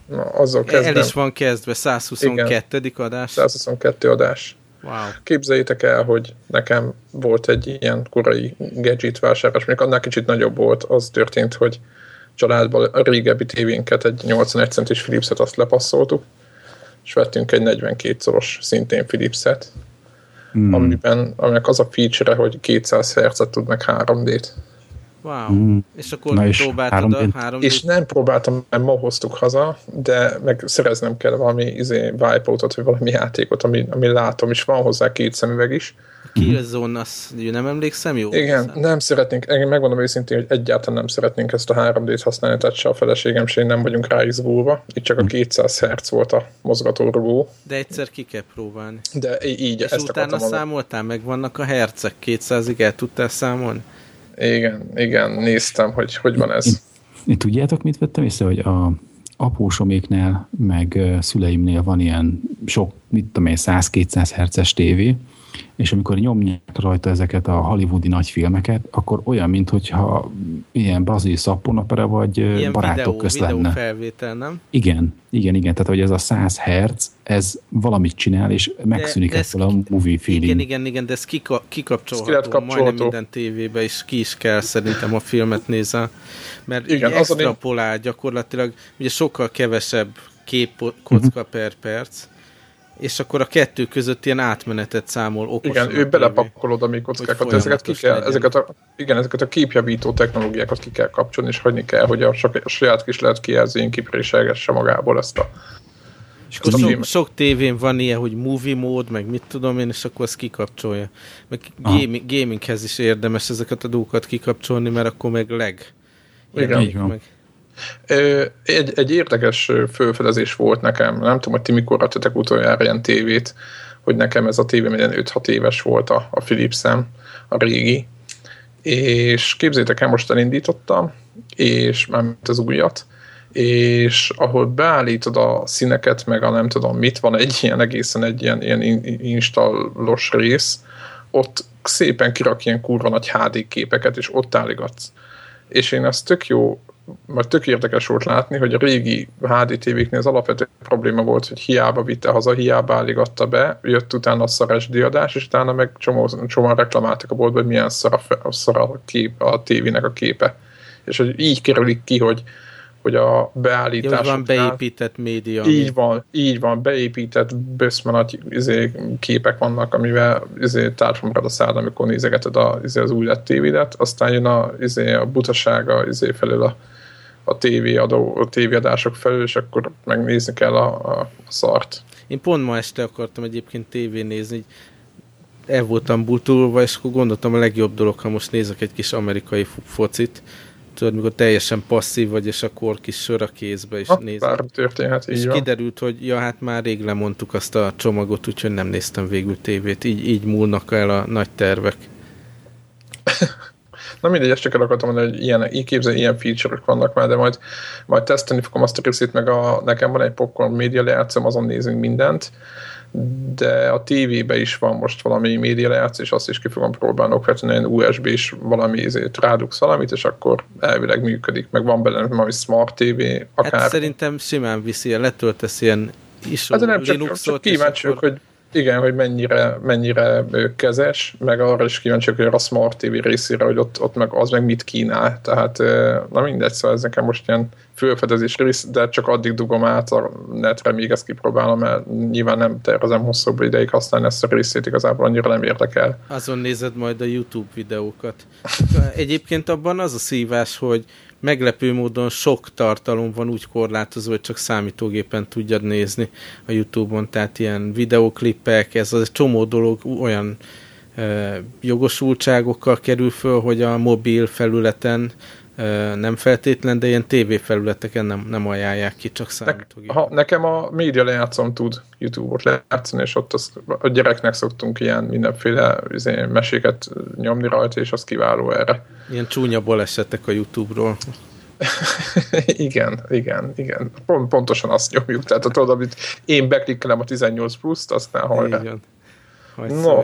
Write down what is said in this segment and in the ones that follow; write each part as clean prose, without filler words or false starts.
Na, azzal kezdem. El is van kezdve, 122. Igen, adás. 122 adás. Wow. Képzeljétek el, hogy nekem volt egy ilyen korai gadget vásárlás, mondjuk annál kicsit nagyobb volt, az történt, hogy családban a régebbi tévénket, egy 81 centis Philipset azt lepasszoltuk, és vettünk egy 42 szoros szintén Philipset, aminek az a feature, hogy 200 Hz-et tud meg 3D-t. Wow. És akkor próbáltad a 3D-t? És nem próbáltam, mert ma hoztuk haza, de meg szereznem kell valami Wipeoutot, vagy valami játékot, ami látom, és van hozzá 2 szemüveg is. Killzone, azt nem emlékszem, jó? Igen, nem szeretnénk, én megmondom őszintén, hogy egyáltalán nem szeretnénk ezt a 3D-t használni, tehát se a feleségem, se én nem vagyunk rá izgulva. Itt csak a 200 Hz volt a mozgatórugó. De egyszer ki kell próbálni. De így, és ezt utána számoltál, meg vannak a hercek, 200-ig el tudtál számolni? Igen, néztem, hogy van ez. Én tudjátok, mit vettem észre, hogy a apósoméknál, meg szüleimnél van ilyen sok, 100-200 herces tévé, és amikor nyomják rajta ezeket a hollywoodi nagyfilmeket, akkor olyan, mintha ilyen brazil szapponopera vagy ilyen barátok közt lenne. Videó felvétel, nem? Igen. Tehát, hogy ez a 100 Hz, ez valamit csinál, és megszűnik ebből a movie feeling. Igen, de ez kikapcsolható majdnem minden tévébe, és ki is kell szerintem a filmet nézel. Mert extrapolál gyakorlatilag, ugye sokkal kevesebb képkocka per perc, és akkor a kettő között ilyen átmenetet számol okosan. Igen, ő belepakolod a mi kockákat, ezeket a képjavító technológiákat ki kell kapcsolni, és hagyni kell, hogy a saját kis lehet kijelzőjén kipréselgesse magából ezt a... És akkor sok tévén van ilyen, hogy movie mód, meg mit tudom én, és akkor ezt kikapcsolja. Meg gaminghez is érdemes ezeket a dolgokat kikapcsolni, mert akkor meg Igen. Egy érdekes felfedezés volt nekem, nem tudom, hogy ti mikor adtatok utoljára ilyen tévét, hogy nekem ez a tévém ilyen 5-6 éves volt a Philipsem, a régi, és képzétek el, most elindítottam, és már az újat, és ahol beállítod a színeket, meg a nem tudom mit, van egy ilyen installos rész, ott szépen kirak ilyen kurva nagy HD képeket, és ott álligatsz. És én ezt tök érdekes volt látni, hogy a régi HD tévéknél az alapvető probléma volt, hogy hiába vitte haza, hiába álligatta be, jött utána a szar SD adás, és utána meg csomóan reklamáltak a boltban, hogy milyen szar a tévének a képe. És hogy így kerülik ki, hogy a beállítás... van beépített média. Így van, beépített böszme nagy képek vannak, amivel tárgyra marad a szád, amikor nézegeted az új lett tévédet, aztán jön a butasága felől a tévéadások felül, és akkor megnézni kell a szart. Én pont ma este akartam egyébként tévén nézni, el voltam butulva, és akkor gondoltam, a legjobb dolog, ha most nézek egy kis amerikai focit, tudod, mikor teljesen passzív vagy, és akkor kis sör a kézbe is nézem. Történhet, és kiderült, hogy hát már rég lemondtuk azt a csomagot, úgyhogy nem néztem végül tévét. Így múlnak el a nagy tervek. Na mindegy, ezt csak el akartam mondani, hogy ilyen feature-ok vannak már, de majd tesztelni fogom azt a részét, meg nekem van egy popcorn média lejátszom, azon nézünk mindent, de a tévébe is van most valami média lejátsz, és azt is ki fogom próbálni okvetni, egy USB-s valami rádugsz valamit, és akkor elvileg működik, meg van benne valami smart TV, akár... Hát szerintem simán viszi, letöltesz ilyen ISO Linuxot, csak kíváncsiak, akkor... hogy mennyire kezes, meg arra is kíváncsiak, hogy a Smart TV részére, hogy ott meg az meg mit kínál. Tehát na mindegy, szóval ez nekem most ilyen fölfedezés rész, de csak addig dugom át a netre, míg ezt kipróbálom, mert nyilván nem tervezem hosszabb ideig használni ezt a részét, igazából annyira nem érdekel. Azon nézed majd a YouTube videókat. Egyébként abban az a szívás, hogy meglepő módon sok tartalom van úgy korlátozva, hogy csak számítógépen tudjad nézni a YouTube-on, tehát ilyen videóklippek, ez az egy csomó dolog olyan jogosultságokkal kerül föl, hogy a mobil felületen nem feltétlen, de ilyen TV felületeken nem ajánlják ki, csak számítógépen. Nekem a média lejátszom tud YouTube-ot lejátszani, és ott a gyereknek szoktunk ilyen mindenféle meséket nyomni rajta, és az kiváló erre. Ilyen csúnya balesetek a YouTube-ról. Igen. Pontosan azt nyomjuk. Tehát tudod, amit én beklikkelem a 18 pluszt, aztán hajrá. No.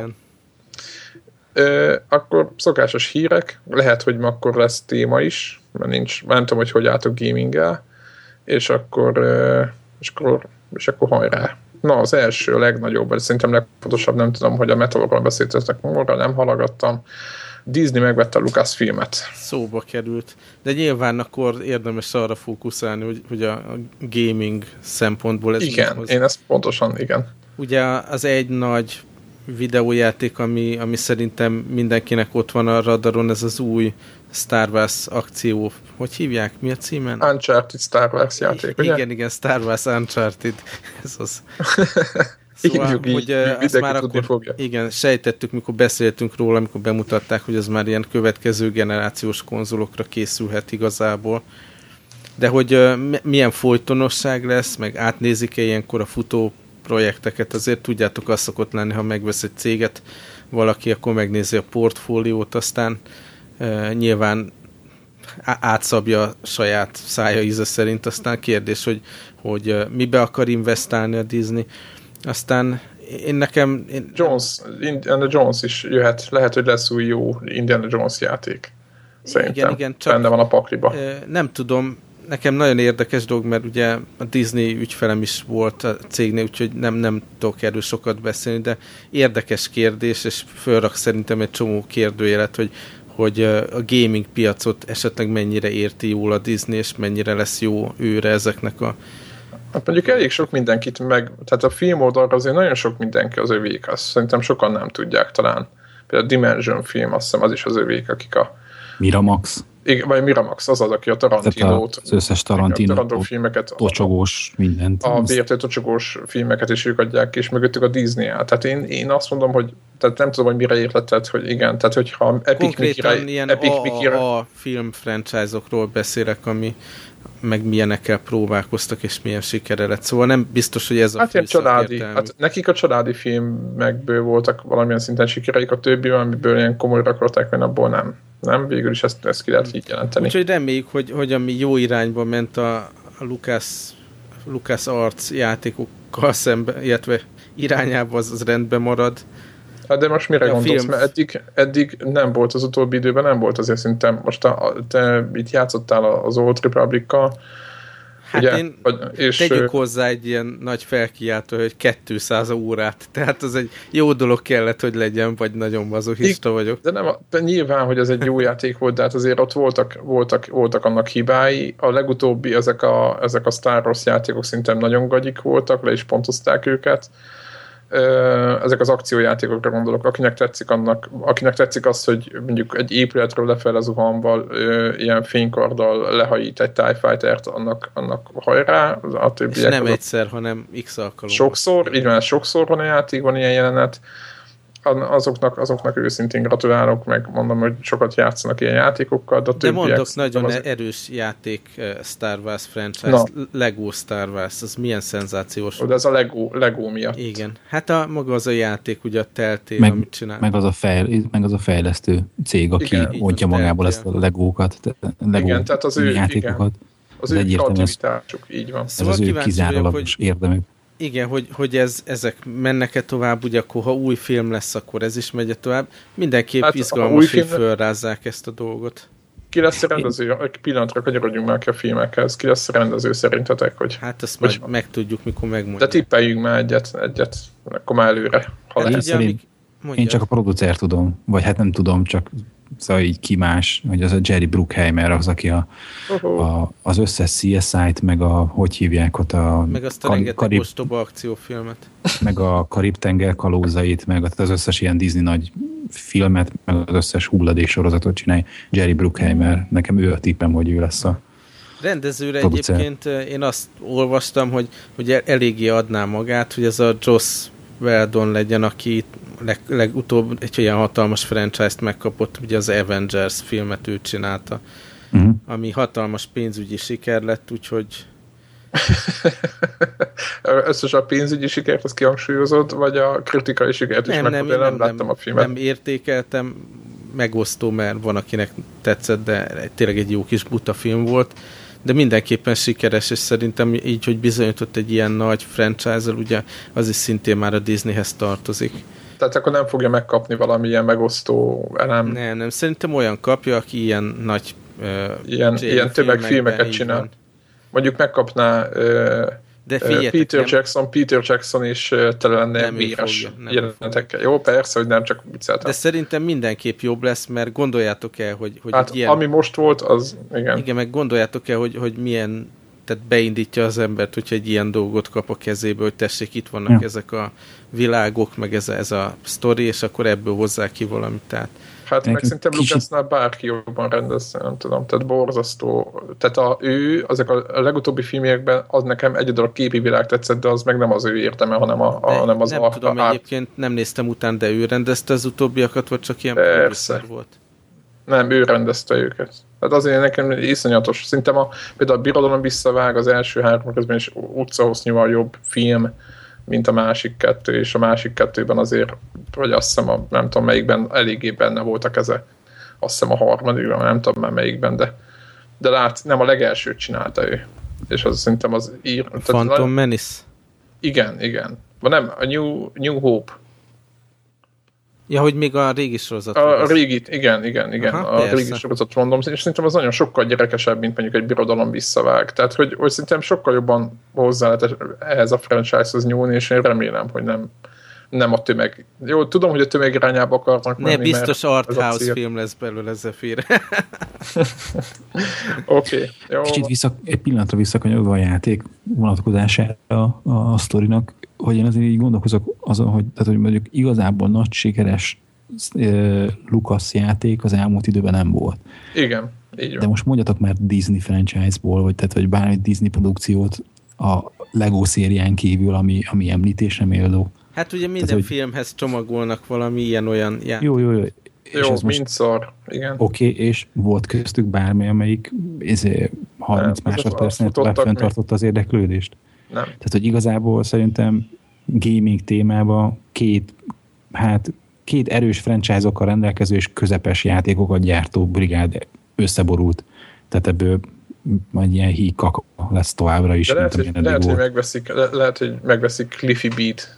Akkor szokásos hírek. Lehet, hogy akkor lesz téma is, mert nem tudom, hogy álltok gaminggel. és akkor hajrá. Na, az első, a legnagyobb, vagy szerintem legfontosabb, nem tudom, hogy a Meteorról beszéltetek módra, nem hallgattam. Disney megvette a Lucasfilmet. Szóba került. De nyilván akkor érdemes arra fókuszálni, hogy a gaming szempontból ez igen, én ezt pontosan, igen. Ugye az egy nagy videójáték, ami szerintem mindenkinek ott van a radaron, ez az új Star Wars akció. Hogy hívják? Mi a címen? Uncharted Star Wars játék, ugye? Igen, Star Wars Uncharted. Ez az. Szóval, hogy azt már akkor fogja. Igen, sejtettük, mikor beszéltünk róla, amikor bemutatták, hogy ez már ilyen következő generációs konzolokra készülhet igazából. De hogy milyen folytonosság lesz, meg átnézik-e ilyenkor a futó projekteket, azért tudjátok, az szokott lenni, ha megvesz egy céget valaki, akkor megnézi a portfóliót, aztán nyilván átszabja a saját szája íze szerint, aztán kérdés, hogy mibe akar investálni a Disney. Aztán Indiana Jones is jöhet, lehet, hogy lesz új jó Indiana Jones játék. Szerintem. Igen, csak benne van a pakliba. Nem tudom, nekem nagyon érdekes dolog, mert ugye a Disney ügyfelem is volt a cégnél, úgyhogy nem tudok erről sokat beszélni, de érdekes kérdés, és fölrak szerintem egy csomó kérdőjelet, hogy a gaming piacot esetleg mennyire érti jól a Disney, és mennyire lesz jó őre ezeknek a... Hát mondjuk elég sok mindenkit tehát a film oldalra azért nagyon sok mindenki az övék, azt szerintem sokan nem tudják talán. Például a Dimension film, azt hiszem az is az övék, akik a... Miramax. Igen, vagy Miramax, az, aki a Tarantinót... Az összes Tarantino filmeket, tocsogós mindent. A vértő tocsogós filmeket is ők adják ki, és mögöttük a Disney-el. Tehát én azt mondom, hogy tehát nem tudom, hogy mire értetted, hogy igen, tehát hogyha konkrétan ilyen a film franchise-okról beszélek, ami meg milyenekkel próbálkoztak, és milyen sikere lett. Szóval nem biztos, hogy ez a film családi. Hát nekik a családi filmekből voltak valamilyen szinten sikereik, a többi, amiből ilyen komolyra akarták venni, abból nem. Nem, végül is ezt ki lehet így jelenteni. Úgyhogy reméljük, hogy ami jó irányba ment a Lucas Arts játékokkal szemben, illetve irányába az rendben marad. Hát de most mire gondolsz? Mert eddig nem volt az utóbbi időben, nem volt azért szerintem. Most te itt játszottál az Old Republic-kal. Hát ugye, tegyük hozzá egy ilyen nagy felkiáltó, hogy 200 órát. Tehát az egy jó dolog kellett, hogy legyen, vagy nagyon mazochista vagyok. De nyilván, hogy ez egy jó játék volt, de hát azért ott voltak annak hibái. A legutóbbi ezek a Star Wars játékok szerintem nagyon gagyik voltak, le is pontozták őket. Ezek az akciójátékokra gondolok, akinek tetszik az, hogy mondjuk egy épületről lefelé zuhanval ilyen fénykarddal lehajít egy TIE Fighter-t, annak hajrá. A és nem egyszer, hanem x alkalommal. Sokszor, így van, sokszor van a játék, van ilyen jelenet. Azoknak őszintén gratulálok, meg mondom, hogy sokat játszanak ilyen játékokkal. De mondok, nagyon erős játék Star Wars franchise, Lego Star Wars, az milyen szenzációs. De ez a Lego miatt. Igen, hát maga az a játék, ugye a Telltale, amit csinál. Meg az a fejlesztő cég, aki mondja magából ezt a Legókat, igen, tehát az ő játékokat. Igen. Az ő kreativitásuk, így van. Szóval ez az ő kizárólagos érdemük. Igen, hogy ezek mennek-e tovább, ugye akkor ha új film lesz, akkor ez is megy tovább. Mindenképp izgalmas, hogy fölrázzák ezt a dolgot. Ki lesz a rendező? Egy pillanatra kanyarodjunk már ki a filmekhez. Ki lesz a rendező szerintetek? Hogy, hát ezt majd megtudjuk, mikor megmondjuk. De tippeljünk már egyet, akkor már előre. Én csak a producer tudom, vagy hát nem tudom, csak szóval így ki más, hogy az a Jerry Bruckheimer, az, aki az összes CSI-t, meg hogy hívják ott meg azt a rengeteg ostoba akciófilmet. Meg a Karib-tenger kalózait, meg az összes ilyen Disney nagy filmet, meg az összes hulladék sorozatot csinálja. Jerry Bruckheimer, nekem ő a tippem, hogy ő lesz a rendezőre producer. Egyébként én azt olvastam, hogy eléggé adná magát, hogy ez a Joss Whedon legyen, aki legutóbb egy olyan hatalmas franchise-t megkapott, ugye az Avengers filmet ő csinálta, ami hatalmas pénzügyi siker lett, úgyhogy összes a pénzügyi sikert, azt kihangsúlyozott, vagy a kritikai sikert is megkapott? Nem láttam a filmet. Nem értékeltem, megosztó, mert van, akinek tetszett, de tényleg egy jó kis buta film volt, de mindenképpen sikeres, és szerintem így, hogy bizonyított egy ilyen nagy franchise-al, ugye az is szintén már a Disneyhez tartozik. Tehát akkor nem fogja megkapni valamilyen megosztó elem? Nem, szerintem olyan kapja, aki ilyen nagy ilyen tömegfilmeket csinál. mondjuk megkapná Peter Jackson is tele lenne véres jelenetekkel. Jó, persze, hogy nem, csak vicceltem. De szerintem mindenképp jobb lesz, mert gondoljátok el, hogy hát ilyen, ami most volt, az igen. Igen, meg gondoljátok el, hogy milyen, tehát beindítja az embert, hogyha egy ilyen dolgot kap a kezébe, hogy tessék, itt vannak ezek a világok, meg ez a sztori, és akkor ebből hozzá ki valamit. Tehát hát meg szerintem Lucasnál bárki jobban rendezte, nem tudom, tehát borzasztó. Tehát azok a legutóbbi filmjekben az nekem egy darab képi világ tetszett, de az meg nem az ő értelme, hanem az nem tudom, egyébként nem néztem után, de ő rendezte az utóbbiakat, vagy csak ilyen producer volt? Nem, ő rendezte őket. Tehát azért nekem iszonyatos. Szerintem például a Birodalom visszavág az első 3 közben is utcahossznyúval jobb film, mint a másik 2, és a másik 2-ben azért, vagy azt hiszem, nem tudom melyikben, eléggé benne volt a keze. Azt hiszem a 3, nem tudom már melyikben, de nem a legelsőt csinálta ő. És az szerintem az Phantom Menace? Igen. Nem, a New Hope. Ja, hogy még a régi sorozat. A régit, igen. Aha, a régi sorozat mondom, és szerintem az nagyon sokkal gyerekesebb, mint mondjuk egy Birodalom visszavág. Tehát, hogy szerintem sokkal jobban hozzá lehet ehhez a franchise-hoz nyúlni, és én remélem, hogy nem a tömeg. Jó, tudom, hogy a tömeg irányába akarnak menni. Ne, biztos arthouse film lesz belőle, Zephyr. Oké. Kicsit egy pillanatra visszakanyarodva a játék vonatkozására a sztorinak, hogy én azért így gondolkozok azon, hogy mondjuk igazából nagy sikeres Lucas játék az elmúlt időben nem volt. Igen, így van. De most mondjatok már Disney franchise-ból, vagy bármi Disney produkciót a Lego szérián kívül, ami említésre méltó. Hát ugye minden filmhez csomagolnak valami ilyen-olyan játék. Jó, mindszor, igen. Oké, és volt köztük bármi, amelyik 30 másodpercnél tovább fenntartotta az érdeklődést? Nem. Tehát, hogy igazából szerintem gaming témában két erős franchise-okkal rendelkező és közepes játékokat gyártó brigád összeborult. Tehát ebből majd ilyen híkak lesz továbbra is. Lehet, hogy megveszik Cliffy Beat.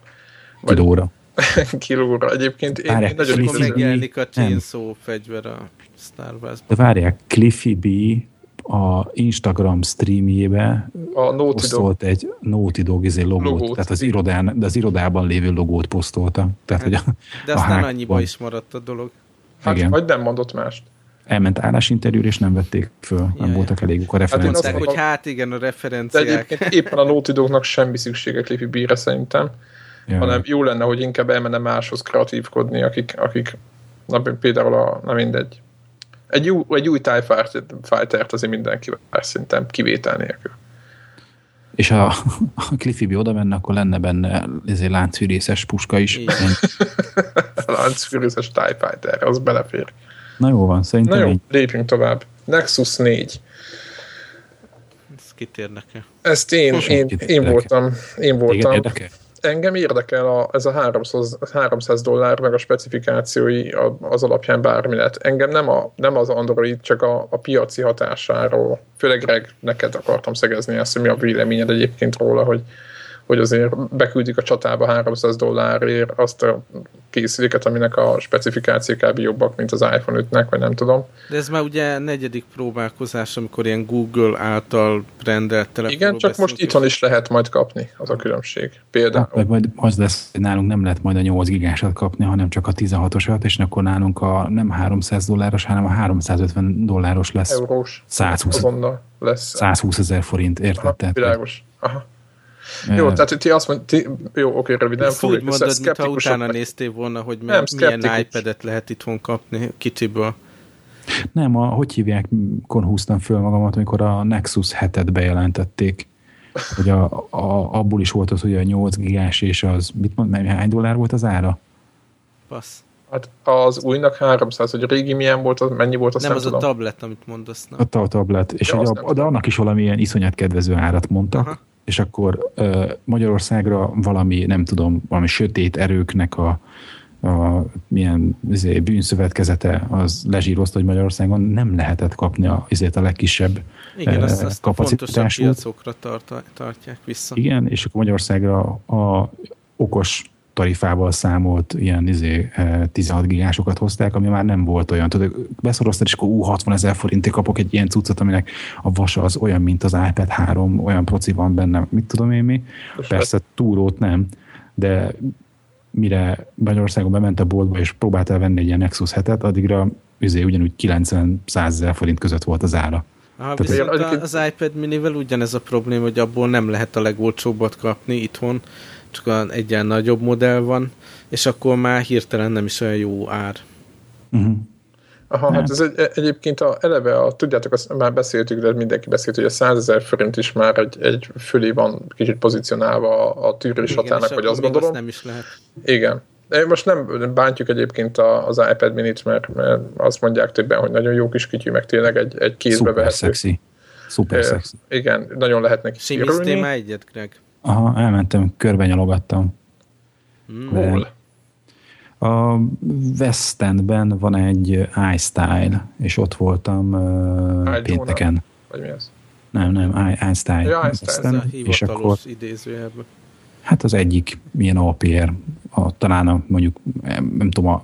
Kilóra. Egyébként én nagyon is megjelenik a Chainsaw fegyver a Star Wars-ban. De várják, Cliffy B a Instagram streamjébe posztolt egy Naughty Dog logót, tehát az irodában lévő logót posztolta. Tehát, hogy de aztán annyiba is maradt a dolog. Hát, igen. Vagy nem mondott mást. Elment állásinterjúra, és nem vették föl. Nem voltak elég a referenciák. Mondták, hogy igen, a referenciák. De egyébként éppen a Naughty Dognak semmi szüksége Cliffy B-re szerintem. Hanem jó lenne, hogy inkább elmenne máshoz kreatívkodni, akik például nem mindegy. Egy új TIE Fighter-t azért mindenki szerintem kivétel nélkül. És ha a Cliffy B oda menne, akkor lenne benne ezért láncfűrészes puska is. Láncfűrészes TIE Fighter, az belefér. Na jó van, szerintem. Na jó, lépjünk tovább. Nexus 4. Ez kit érdekel? Ezt én voltam. Engem érdekel ez a $300 meg a specifikációi az alapján bármi lett. Engem nem az Android, csak a piaci hatásáról. Főleg Greg, neked akartam szegezni ezt, hogy mi a véleményed egyébként róla, hogy azért beküldik a csatába $300 azt a készüléket, aminek a specifikációk kb. Jobbak, mint az iPhone 5-nek, vagy nem tudom. De ez már ugye 4. próbálkozás, amikor ilyen Google által rendelt telefonról. Igen, csak most itthon is lehet majd kapni, az a különbség. Például. Hát, majd az lesz, hogy nálunk nem lehet majd a 8 gigásat kapni, hanem csak a 16-osat, és akkor nálunk nem $300, hanem a $350 lesz. Eurós. 120 000 forint, érted? Aha, világos. Aha. Jó, tehát ti azt mondod, jó, oké, röviden. Ezt úgy mondod, mintha utána néztél volna, hogy milyen iPad-et lehet itthon kapni kicsiből. Nem, hogy hívják, mikor húztam föl magamat, amikor a Nexus 7-et bejelentették, hogy abból is volt az, hogy a 8 gigás, és az, hány dollár volt az ára? Passz. Hát az újnak 300, hogy a régi milyen volt, mennyi volt, azt nem tudom. Nem, az a tablet, amit mondasz. Nem. A tablet, és ja, de annak is valamilyen iszonyat kedvező árat mondtak. Aha. És akkor Magyarországra valami sötét erőknek a milyen bűnszövetkezete az lezsírozta, hogy Magyarországon nem lehetett kapni a legkisebb kapacitású. Fontosabb piacokra tartják vissza. Igen, és akkor Magyarországra a okos tarifával számolt ilyen 16 gigásokat hozták, ami már nem volt olyan. Tudod, beszoroztad, és akkor 60 000 forintért kapok egy ilyen cuccot, aminek a vasa az olyan, mint az iPad 3, olyan proci van benne, mit tudom én mi. Persze túrót nem, de mire Magyarországon bement a boltba, és próbáltál venni egy ilyen Nexus 7-et, addigra ugyanúgy 90-100 000 forint között volt az ára. Viszont az iPad minivel ugyanez a probléma, hogy abból nem lehet a legolcsóbbat kapni itthon, csak egy ilyen nagyobb modell van, és akkor már hirtelen nem is olyan jó ár. Aha, hát ez egyébként tudjátok, azt már beszéltük, de mindenki beszélt, hogy a 100 000 forint is már egy fölé van kicsit pozícionálva a tűrés határnak, hogy azt gondolom. Nem is lehet. Igen. Most nem bántjuk egyébként az iPad minit, mert azt mondják többen, hogy nagyon jó kis kütyű, meg tényleg egy kézbe vehető. Szuper szexi. Igen, nagyon lehet neki sírulni. Simiztél már egyet, Greg? Aha, elmentem, körbenyalogattam. Hol? A West Endben van egy iStyle, és ott voltam pénteken. Vagy mi az? Nem, iStyle. Ja, iStyle. És akkor idézőjelben. Hát az egyik milyen APR, talán mondjuk, nem tudom,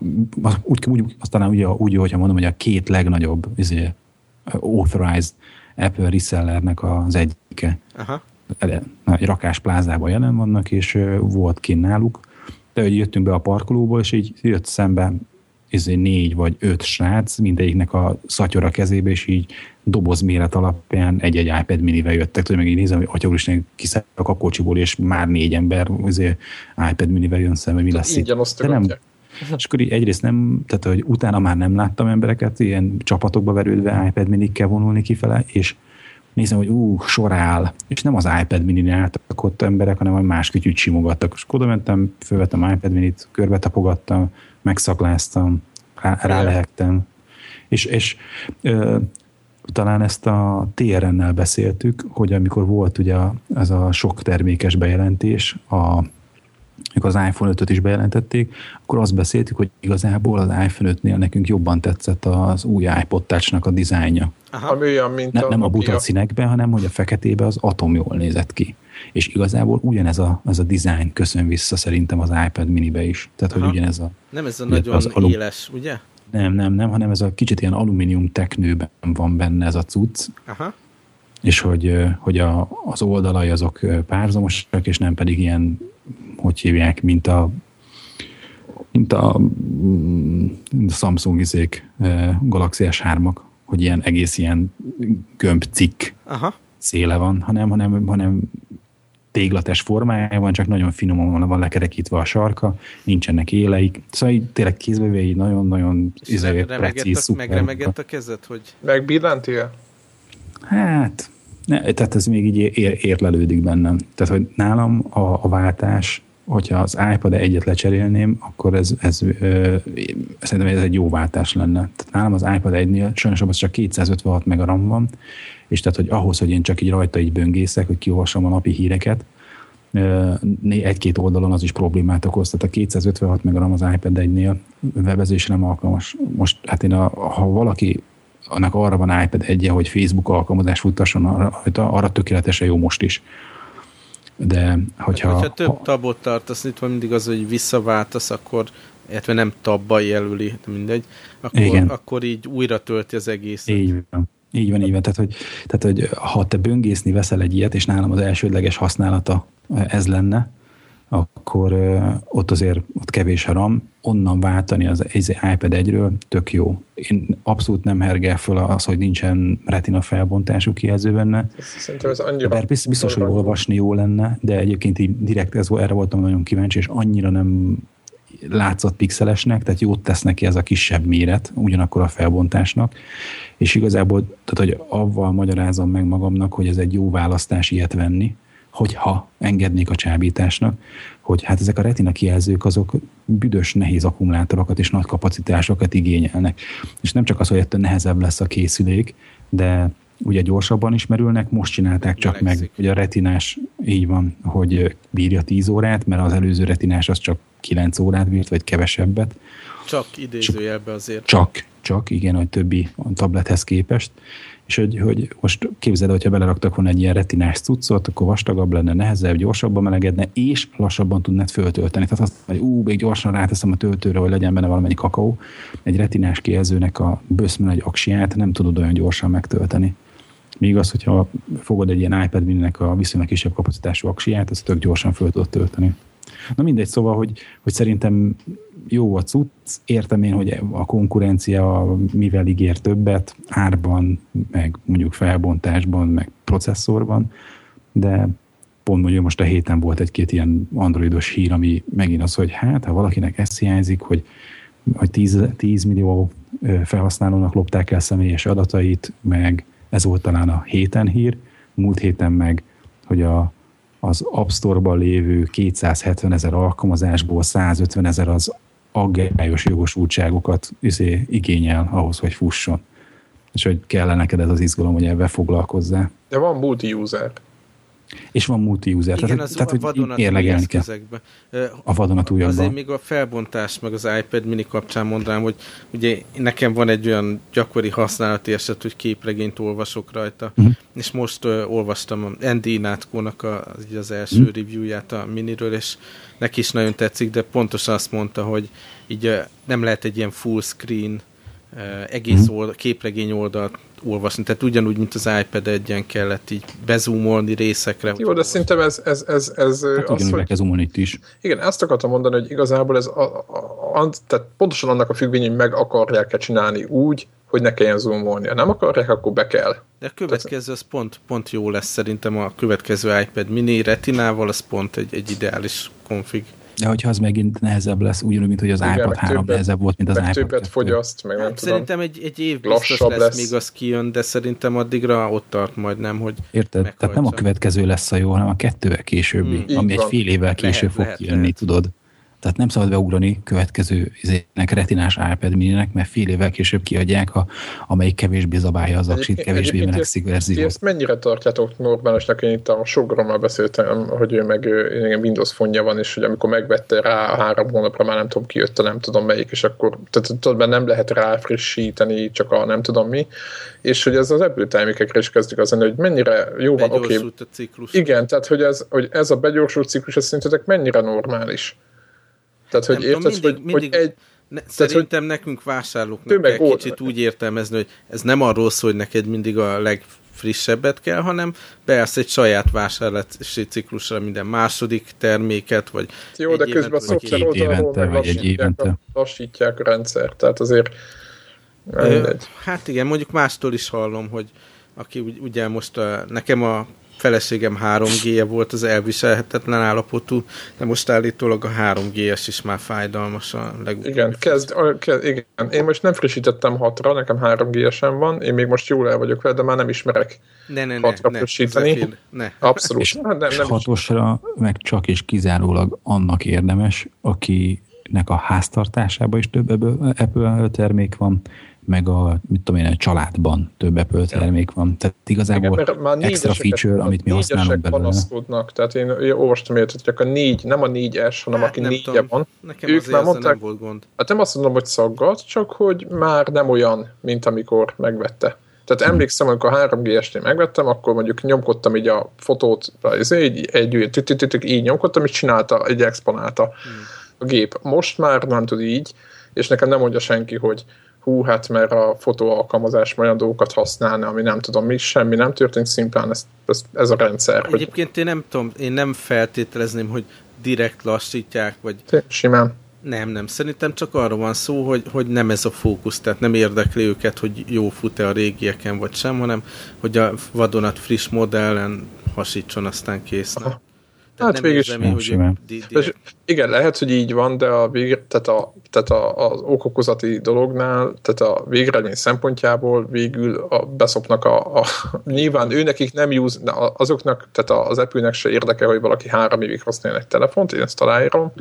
talán úgy, hogyha mondom, hogy a két legnagyobb authorized Apple resellernek az egyike. Aha. Egy rakásplázában jelen vannak, és volt kint náluk, de hogy jöttünk be a parkolóból, és így jött szembe 4 vagy 5 srác, mindegyiknek a szatyora kezébe, és így dobozméret alapján egy-egy iPad minivel jöttek. Tudod, meg így nézem, hogy atyaúristen kiszálltak a kocsiból, és már 4 ember iPad minivel jön szembe, mi lesz itt. És akkor így egyrészt nem, tehát hogy utána már nem láttam embereket ilyen csapatokba verődve iPad minikkel vonulni kifele, és nézem, hogy sor áll, és nem az iPad mini álltak ott emberek, hanem a más kütyűt simogattak. És oda mentem, fölvettem iPad minit, körbe tapogattam, megszakláztam, rálehegtem. És talán ezt a TRN-nel beszéltük, hogy amikor volt ugye ez a sok termékes bejelentés, amikor az iPhone 5-öt is bejelentették, akkor azt beszéltük, hogy igazából az iPhone 5-nél nekünk jobban tetszett az új iPod Touch-nak a dizájnja. Ami olyan, mint nem a buta színekben, hanem hogy a feketében az atom jól nézett ki. És igazából ugyanez a dizájn köszön vissza szerintem az iPad minibe is. Tehát, hogy ugyanez a... Nem ez a nagyon éles, ugye? Nem, hanem ez a kicsit ilyen alumínium teknőben van benne ez a cucc. Aha. És hogy az oldalai azok párzamosak, és nem pedig ilyen, hogy hívják, mint a Samsung Galaxy S3-ak, hogy ilyen egész ilyen gömbcikk széle van, hanem téglates formájában, csak nagyon finoman van lekerekítve a sarka, nincsenek éleik. Szóval így tényleg kézbevéve így nagyon precíz, szuper. Megremegett a kezed, hogy... Megbillentél? Hát, tehát ez még így érlelődik bennem. Tehát, hogy nálam a váltás, hogyha az iPad egyet lecserélném, akkor szerintem ez egy jó váltás lenne. Tehát nálam az iPad 1-nél sajnos az csak 256 meg a RAM van, és tehát, hogy ahhoz, hogy én csak így rajta így böngészek, hogy kiolvassam a napi híreket, egy-két oldalon az is problémát okoz. Tehát a 256 meg a RAM az iPad 1-nél webezésre nem alkalmas. Most hát ha valaki annak arra van iPad 1-je, hogy Facebook alkalmazás futtasson arra tökéletesen jó most is. De hogyha több tabot tartasz, itt van mindig az, hogy visszaváltasz, akkor, illetve nem tabba jelöli, mindegy, akkor így újra tölti az egészet. Így van. Tehát, hogy ha te böngészni veszel egy ilyet, és nálam az elsődleges használata ez lenne, akkor ott kevés a RAM, onnan váltani az iPad 1-ről tök jó. Én abszolút nem hergel föl az, hogy nincsen retina felbontású kijelző benne. Szerintem ez annyira... Biztos, hogy olvasni jó lenne, de egyébként így direkt erre voltam nagyon kíváncsi, és annyira nem látszott pixelesnek, tehát jót tesz neki ez a kisebb méret, ugyanakkor a felbontásnak, és igazából, tehát, hogy avval magyarázom meg magamnak, hogy ez egy jó választás ilyet venni, hogyha engednék a csábításnak, hogy hát ezek a retina kijelzők azok büdös, nehéz akkumulátorokat és nagy kapacitásokat igényelnek. És nem csak az, hogy ettől nehezebb lesz a készülék, de ugye gyorsabban is merülnek, most csinálták csak meg, hogy a retinás így van, hogy bírja 10 órát, mert az előző retinás az csak 9 órát bírt, vagy kevesebbet. Csak idézőjelben azért. Csak. csak, igen, a többi tablethez képest, és hogy most képzeld, hogyha beleraktak volna egy ilyen retinás cuccot, akkor vastagabb lenne, nehezebb, gyorsabban melegedne, és lassabban tudnád föltölteni. Tehát azt, hogy még gyorsan ráteszem a töltőre, hogy legyen benne valamennyi kakaó. Egy retinás kijelzőnek a böszmön egy aksiát nem tudod olyan gyorsan megtölteni. Míg az, hogyha fogod egy ilyen iPad mininek a viszonylag kisebb kapacitású aksiát, azt tök gyorsan föl tudod tölteni. Na mindegy, szóval, hogy szerintem jó a cucc, értem én, hogy a konkurencia mivel ígér többet, árban, meg mondjuk felbontásban, meg processzorban, de pont mondjuk most a héten volt egy-két ilyen androidos hír, ami megint az, hogy hát, ha valakinek ezt hiányzik, hogy 10 millió felhasználónak lopták el személyes adatait, meg ez volt talán a héten hír, múlt héten meg, hogy az App Store-ban lévő 270 000 alkalmazásból 150 000 az aggályos jogosultságokat igényel ahhoz, hogy fusson. És hogy kellene neked ez az izgalom, hogy ebben foglalkozzál. De van multi-user. És van multi-user. Igen, tehát hogy érlegelni kell. A vadonatújakban. Azért még a felbontás meg az iPad mini kapcsán mondanám, hogy ugye nekem van egy olyan gyakori használati eset, hogy képregényt olvasok rajta, és most olvastam Andy Inátkónak az első reviewját a miniről, és neki is nagyon tetszik, de pontosan azt mondta, hogy így nem lehet egy ilyen full screen egész képregény oldalt olvasni, tehát ugyanúgy, mint az iPad 1-en kellett így bezoomolni részekre. Jó, de szerintem ez hát ugyanúgy meg kell zoomolni itt is. Igen, ezt akartam mondani, hogy igazából ez tehát pontosan annak a függvény, hogy meg akarják-e csinálni úgy, hogy ne kelljen zoomolni. Ha nem akarják, akkor be kell. De a következő az pont jó lesz szerintem, a következő iPad mini retinával, az pont egy ideális konfig. De hogyha az megint nehezebb lesz, ugyanúgy, mint hogy az iPad 3 nehezebb volt, mint az iPad 2. Többet fogyaszt, meg nem tudom. Szerintem egy év biztos lesz, még az kijön, de szerintem addigra ott tart majd, nem, hogy érted? meghajtsa. Tehát nem a következő lesz a jó, hanem a 2-vel későbbi, ami egy fél évvel később fog kijönni, tudod. Tehát nem szabad beugrani következő retinás iPad mininek, mert fél évvel később kiadják, amelyik kevésbé zabálja az aksit, kevésbé melegszik verziót. Ezt mennyire tartjátok normálisnak? Én itt a sogrommal beszéltem, hogy ő meg Windows fonja van, és hogy amikor megvette rá 3 hónapra, már nem tudom, kijött, nem tudom melyik, és akkor tudod, nem lehet rá frissíteni, csak a nem tudom mi, és hogy ez az Apple termékekre is kezdik az lenni, hogy mennyire jó van, oké. A ciklus. Igen, tehát hogy ez a begyorsult ciklus, ez szerintetek mennyire normális? Tehát, hogy érted, hogy szerintem nekünk vásárlóknak kell kicsit úgy értelmezni, hogy ez nem arról szól, hogy neked mindig a legfrissebbet kell, hanem beállsz egy saját vásárlási ciklusra minden második terméket, vagy jó, de közben a szoftver oldalról lassítják a rendszert, tehát azért hát igen, mondjuk mástól is hallom, hogy aki ugye most nekem a feleségem 3G-je volt, az elviselhetetlen állapotú, de most állítólag a 3G-es is már fájdalmas a legújabb. Igen, igen. Én most nem frissítettem 6-ra, nekem 3G-esen van, én még most jól el vagyok vele, de már nem ismerek 6-ra frissíteni. Abszolút. És 6-osra meg csak és kizárólag annak érdemes, akinek a háztartásában is több Apple termék van, meg a családban több Apple termék van. Tehát igazából extra feature, amit mi használunk belőle. Panaszkodnak. Tehát én olvastam ilyet, hogy csak a 4, nem a 4S, hanem aki 4-je van. Nekem ők már mondták, nem volt gond. Hát nem azt mondom, hogy szaggat, csak hogy már nem olyan, mint amikor megvette. Tehát emlékszem, amikor 3G-est megvettem, akkor mondjuk nyomkodtam így a fotót, így nyomkodtam, és csinálta, így exponálta a gép. Most már nem tud így, és nekem nem mondja senki, hogy hát mert a fotóalkalmazás olyan dolgokat használna, ami nem tudom mi, semmi nem történt, szimplán ez a rendszer. Egyébként én nem feltételezném, hogy direkt lassítják, vagy... Simán. Nem. Szerintem csak arról van szó, hogy nem ez a fókusz, tehát nem érdekli őket, hogy jó fut-e a régieken, vagy sem, hanem hogy a vadonat friss modellen hasítson, aztán kész. Hát végül is. Igen, lehet, hogy így van, de az okokozati dolognál, tehát a végeredmény szempontjából végül beszopnak nyilván őnekik nem azoknak, tehát az Apple-nek se érdekel, hogy valaki 3 évig használja egy telefont, én ezt aláírom,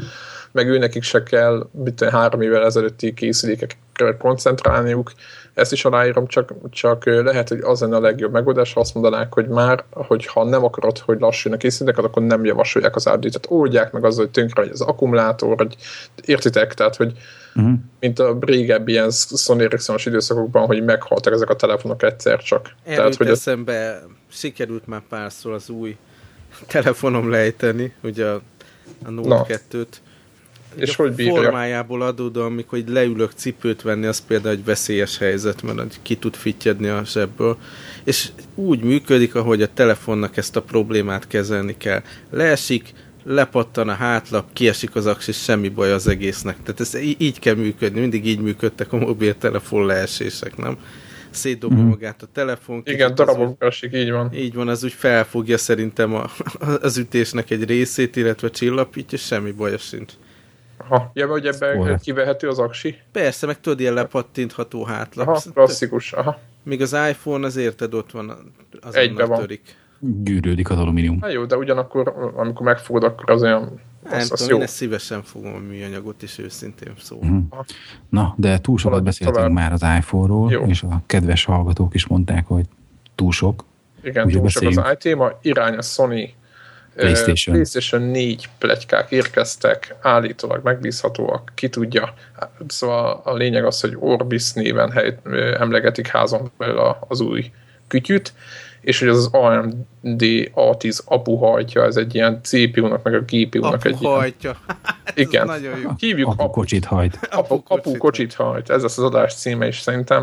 meg őnekik se kell 3 évvel ezelőtti készülékekre koncentrálniuk. Ezt is aláírom, csak lehet, hogy az lenne a legjobb megoldás, ha azt mondanák, hogy már, hogyha nem akarod, hogy lassuljon a készüléket, akkor nem javasolják az update-et. Oldják meg azzal, hogy tönkre vagy az akkumulátor, hogy értitek, tehát, hogy mint a régebbi ilyen Sony Ericsson-os időszakokban, hogy meghaltak ezek a telefonok egyszer csak. Tehát, hogy eszembe sikerült már párszor az új telefonom lejteni, ugye a Note 2-t. És hogy bírja? Formájából adódóan, amikor leülök cipőt venni, az például egy veszélyes helyzet, mert ki tud fittyedni a zsebből. És úgy működik, ahogy a telefonnak ezt a problémát kezelni kell. Leesik, lepattan a hátlap, kiesik az aksis, semmi baj az egésznek. Tehát ez így kell működni, mindig így működtek a mobiltelefon leesések, nem? Szétdobja magát a telefon. Igen, darabokra esik, így van. Így van, az úgy felfogja szerintem az ütésnek egy részét, illetve csillapítja, semmi baja sincs. Aha, ja, hogy ebben kivehető az aksi? Persze, meg tudod, ilyen lepattintható hátlap. Aha, klasszikus, aha. Míg az iPhone, az érted, ott van, azonnal törik. Gyűrődik az alumínium. Na jó, de ugyanakkor, amikor megfogod, akkor az olyan... Nem tudom, én ezt szívesen fogom a műanyagot is, őszintén szóval. Na, de túl sokat beszéltünk már az iPhone-ról, és a kedves hallgatók is mondták, hogy túl sok. Igen, túl sok az iTéma, irány a Sony PlayStation 4 pletykák érkeztek, állítólag megbízhatóak, ki tudja. Szóval a lényeg az, hogy Orbis néven emlegetik házon belül az új kütyüt, és hogy az AMD A10 apu hajtja, ez egy ilyen CPU-nak, meg a GPU-nak egy ilyen... hajtja. Igen. Nagyon jó. Hívjuk apu kocsit hajt. Apu kocsit hajt. Ez az adás címe is szerintem.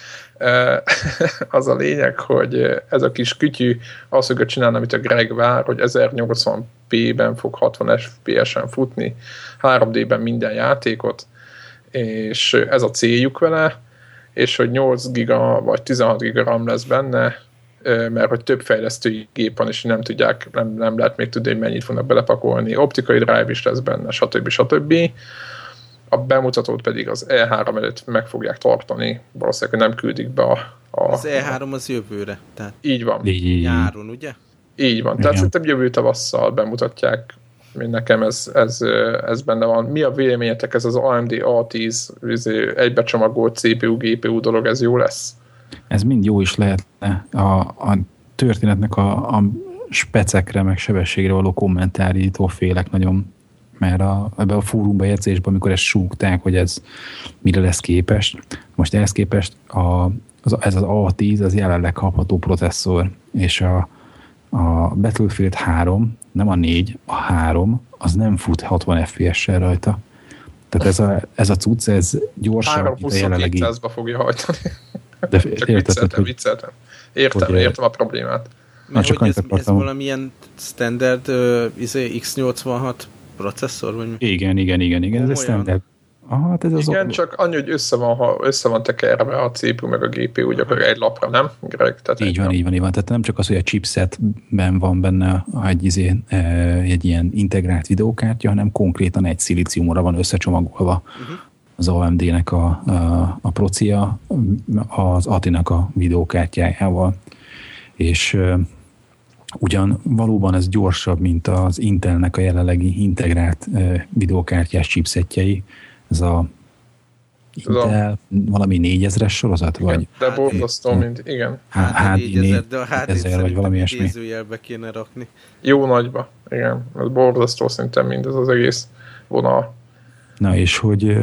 Az a lényeg, hogy ez a kis kütyű azt fogja csinálni, amit a Greg vár, hogy 1080p-ben fog 60 FPS-en futni, 3D-ben minden játékot, és ez a céljuk vele, és hogy 8 giga vagy 16 giga RAM lesz benne, mert hogy több fejlesztői gép van, és nem tudják, nem lehet még tudni, hogy mennyit fognak belepakolni. Optikai drive is lesz benne, stb. A bemutatót pedig az E3 előtt meg fogják tartani, valószínűleg nem küldik be az E3 az jövőre, tehát így van. Nyáron, ugye? Így van, tehát szerintem jövő tavasszal bemutatják, mint nekem ez benne van. Mi a véleményetek, ez az AMD A10 egybecsomagolt CPU-GPU dolog, ez jó lesz? Ez mind jó is lehetne. A történetnek a specekre, meg sebességre való kommentárítól félek nagyon, mert ebben a fórumbejegyzésben, amikor ezt súgták, hogy ez mire lesz képes. Most ehhez képest ez az A10 az jelenleg kapható processzor, és a Battlefield 3, nem a 4, a 3, az nem fut 60 FPS-sel rajta. Tehát ez a cucc, ez gyorsabb, mint a jelenlegi... 320-200-ba fogja hajtani. De csak vicceltem. Értem a problémát. Mert hogy ez valamilyen standard x86 processzor? Vagy? Igen. Ez egy standard. Hát ez igen, csak annyi, hogy össze van tekerve a CPU meg a GPU gyakorlatilag egy lapra, nem? Greg? Így van. Tehát nem csak az, hogy a chipsetben van benne egy ilyen integrált videókártya, hanem konkrétan egy szilíciumra van összecsomagolva az AMD-nek a procia az ATI-nak a videókártyájával. És ugyan valóban ez gyorsabb, mint az Intelnek a jelenlegi integrált videókártyás chipsetjei. Ez a Intel valami 4000-es sorozat? Vagy? De borzasztó, mint igen. HD 4000, vagy valami ilyesmi. Idézőjelbe kéne rakni. Jó nagyba, igen. Ez borzasztó szinten mindez az egész vonal. Na és hogy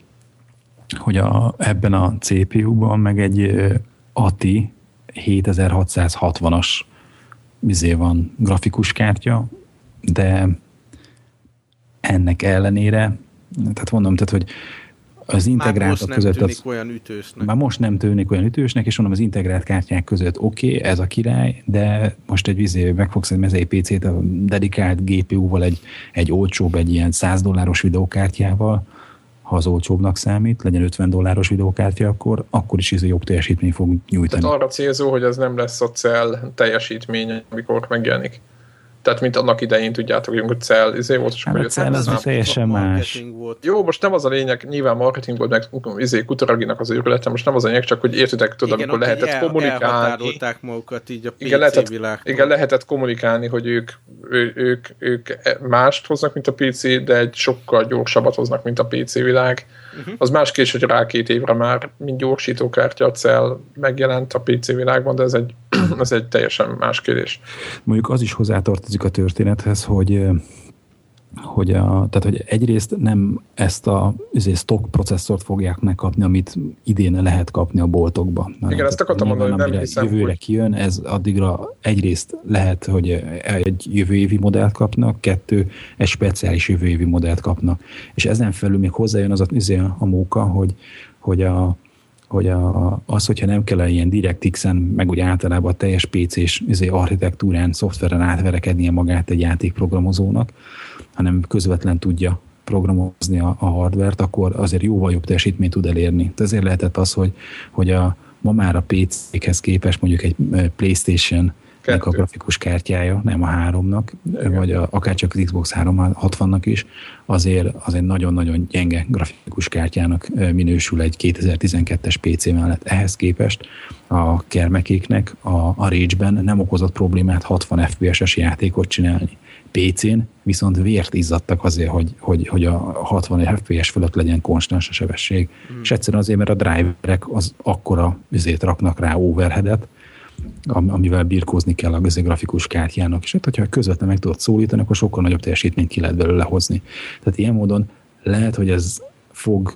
ebben a CPU-ban meg egy ATI 7660-as van grafikus kártya, de ennek ellenére, tehát mondom, hogy az integráltak között... Már most nem tűnik olyan ütősnek, és mondom, az integrált kártyák között oké, ez a király, de most egy megfogsz egy mezei PC-t a dedikált GPU-val egy olcsóbb, egy ilyen $100 videókártyával, ha az olcsóbbnak számít, legyen $50 videókártya, akkor is jobb teljesítmény fog nyújtani. Tehát arra célzó, hogy ez nem lesz a cell teljesítmény, amikor megjelenik. Tehát, mint annak idején, tudjátok, hogy a Cell volt, és akkor a Cell az teljesen más. Jó, most nem az a lényeg, nyilván marketing volt, meg Kutaraginak az őrülete, most nem az a lényeg, csak hogy értitek, tudod, amikor lehetett kommunikálni. Elhatárolták magukat így a PC világtól. Igen, lehetett kommunikálni, hogy ők mást hoznak, mint a PC, de egy sokkal gyorsabbat hoznak, mint a PC világ. Az más kérdés, hogy rá 2 évre már mint gyorsítókártya a Cell megjelent a PC világban, de ez egy teljesen más kérdés. Mondjuk az is hozzátartozik a történethez, hogy egyrészt nem ezt a stock processzort fogják megkapni, amit idén lehet kapni a boltokba. Igen, ezt akartam mondani, hogy nem hiszem, jövőre kijön, ez addigra egyrészt lehet, hogy egy jövő évi modellt kapnak, 2, egy speciális jövő évi modellt kapnak. És ezen felül még hozzájön az a móka, hogyha nem kell ilyen DirectX-en, meg úgy általában a teljes PC-s architektúrán, szoftveren átverekednie magát egy játékprogramozónak, hanem közvetlen tudja programozni a hardvert, akkor azért jóval jobb teljesítményt tud elérni. Ezért lehetett az, hogy ma már a PC-hez képest mondjuk egy PlayStation a grafikus kártyája, nem a 3-nak, vagy akár csak az Xbox 360-nak is, azért nagyon-nagyon gyenge grafikus kártyának minősül egy 2012-es PC mellett. Ehhez képest a Kermekéknek a Rage-ben nem okozott problémát 60 FPS-es játékot csinálni. PC-n viszont vért izzadtak azért, hogy a 60 FPS fölött legyen konstans a sebesség. És egyszerűen azért, mert a driverek az akkora raknak rá overheadet, amivel birkózni kell a grafikus kártyának, és hát, hogyha közvetlenül meg tudod szólítani, akkor sokkal nagyobb teljesítményt ki lehet belőle hozni. Tehát ilyen módon lehet, hogy ez fog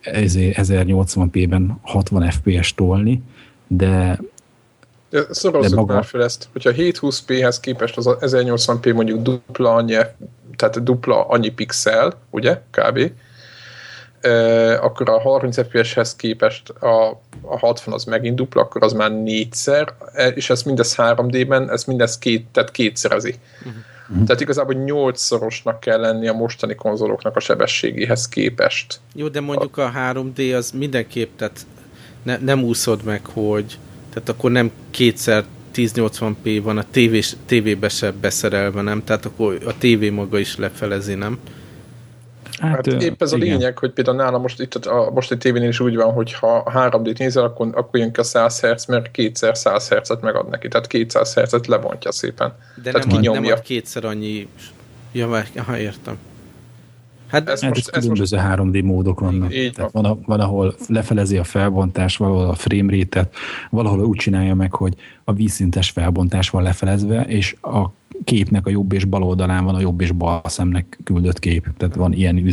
1080p-ben 60 FPS tolni, de szorozzuk már fel ezt, hogyha 720p-hez képest az 1080p mondjuk dupla annyi, tehát dupla annyi pixel, ugye, kb., akkor a 30 FPS-hez képest a 60 az megint dupla, akkor az már 4-szer, és ez mindez 3D-ben, ez mindez kétszerezi. Tehát igazából 8-szorosnak kell lenni a mostani konzoloknak a sebességéhez képest. Jó, de mondjuk a 3D az mindenképp, tehát nem úszod meg, hogy tehát akkor nem 2x 1080p van a tévébe se beszerelve, nem? Tehát akkor a tévé maga is lefelezi, nem? Hát épp ez a lényeg, hogy például nálam most itt a mostani tévénél is úgy van, hogy ha 3D-t nézel, akkor jön ki a 100 Hz, mert 2x100 Hz-et megad neki. Tehát 200 Hz-et lebontja szépen. De tehát nem ad 2-szer annyi... Ja, értem. Hát különböző 3D módok vannak. Tehát van, ahol lefelezi a felbontás, valahol a frame rate-et, valahol úgy csinálja meg, hogy a vízszintes felbontás van lefelezve, és a képnek a jobb és bal oldalán van a jobb és bal szemnek küldött kép. Tehát van ilyen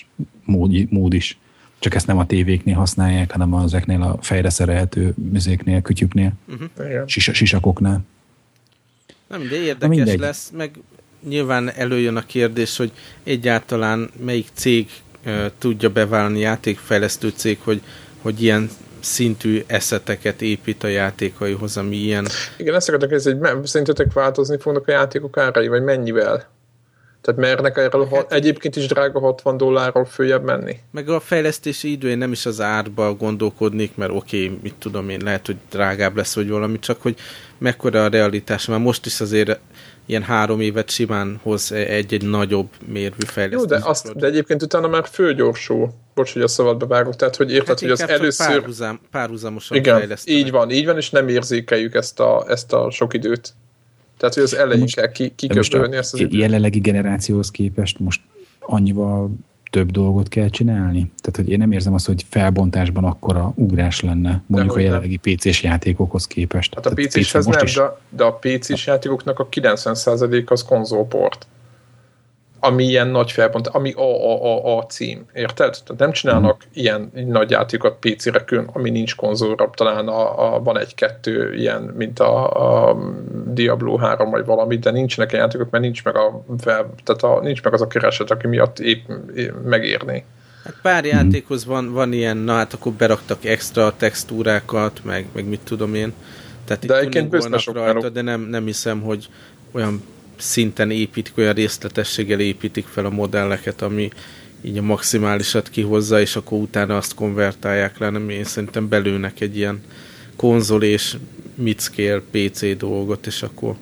mód is. Csak ezt nem a tévéknél használják, hanem ezeknél a fejre szerelhető műzéknél, kütyüknél, sisakoknál. Nem, de érdekes lesz, meg nyilván előjön a kérdés, hogy egyáltalán melyik cég tudja bevállalni, játékfejlesztő cég, hogy ilyen szintű eszeteket épít a játékaihoz, ami ilyen... Igen, ezt akartak, hogy szerintetek változni fognak a játékok árai, vagy mennyivel? Tehát mernek erről egyébként is drága $60 följebb menni? Meg a fejlesztési időn nem is az árba gondolkodnék, mert oké, mit tudom én, lehet, hogy drágább lesz, vagy valami, csak hogy mekkora a realitás. Már most is azért ilyen 3 évet simán hoz egy nagyobb mérvű fejlesztés. Jó, de egyébként utána már fölgyorsul. Bocs, hogy a szabadba vágok. Tehát, hogy érted, hogy az először... párhuzamosan fejlesztenek. Így van, és nem érzékeljük ezt a sok időt. Tehát, hogy az elején kell kiköpölni ezt az időt. Jelenlegi generációhoz képest most annyival több dolgot kell csinálni. Tehát, hogy én nem érzem azt, hogy felbontásban akkora ugrás lenne, mondjuk a jelenlegi PC-s játékokhoz képest. Hát a PC-shez nem, de a PC-s játékoknak a 90% az konzolport. Ami ilyen nagy felbont, ami a cím, érted? Tehát nem csinálnak ilyen nagy játékokat PC-re külön, ami nincs konzolra, talán van 1-2 ilyen, mint a Diablo 3 vagy valami, de nincsenek ilyen játékok, mert nincs meg nincs meg az a kereset, aki miatt épp megérni. Hát pár játékhoz van ilyen, na hát akkor beraktak extra textúrákat, meg mit tudom én. Tehát de egyébként biztosok rajta, de nem hiszem, hogy olyan szinten építik, olyan részletességgel építik fel a modelleket, ami így a maximálisat kihozza, és akkor utána azt konvertálják le, nem én szerintem belőnek egy ilyen konzol és mid-scale PC dolgot, és akkor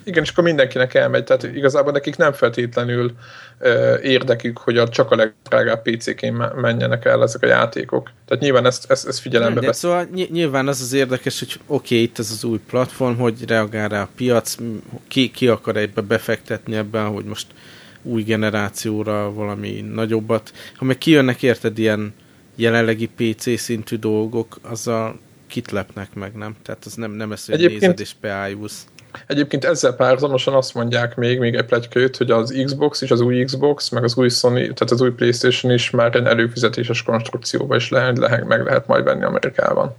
Igen, és akkor mindenkinek elmegy, tehát igazából nekik nem feltétlenül érdekük, hogy csak a legdrágább PC-kén menjenek el ezek a játékok. Tehát nyilván ezt figyelembe vesz. Szóval nyilván az érdekes, hogy oké, itt ez az új platform, hogy reagál rá a piac, ki akar ebbe befektetni ebben, hogy most új generációra valami nagyobbat. Ha meg kijönnek érted ilyen jelenlegi PC szintű dolgok, azzal kit lepnek meg, nem? Tehát az nem ez, hogy nézed és beájulsz. Egyébként ezzel párhuzamosan azt mondják még egy pletyka jött, hogy az Xbox és az új Xbox, meg az új Sony, tehát az új PlayStation is már egy előfizetéses konstrukcióba is meg lehet majd venni Amerikában.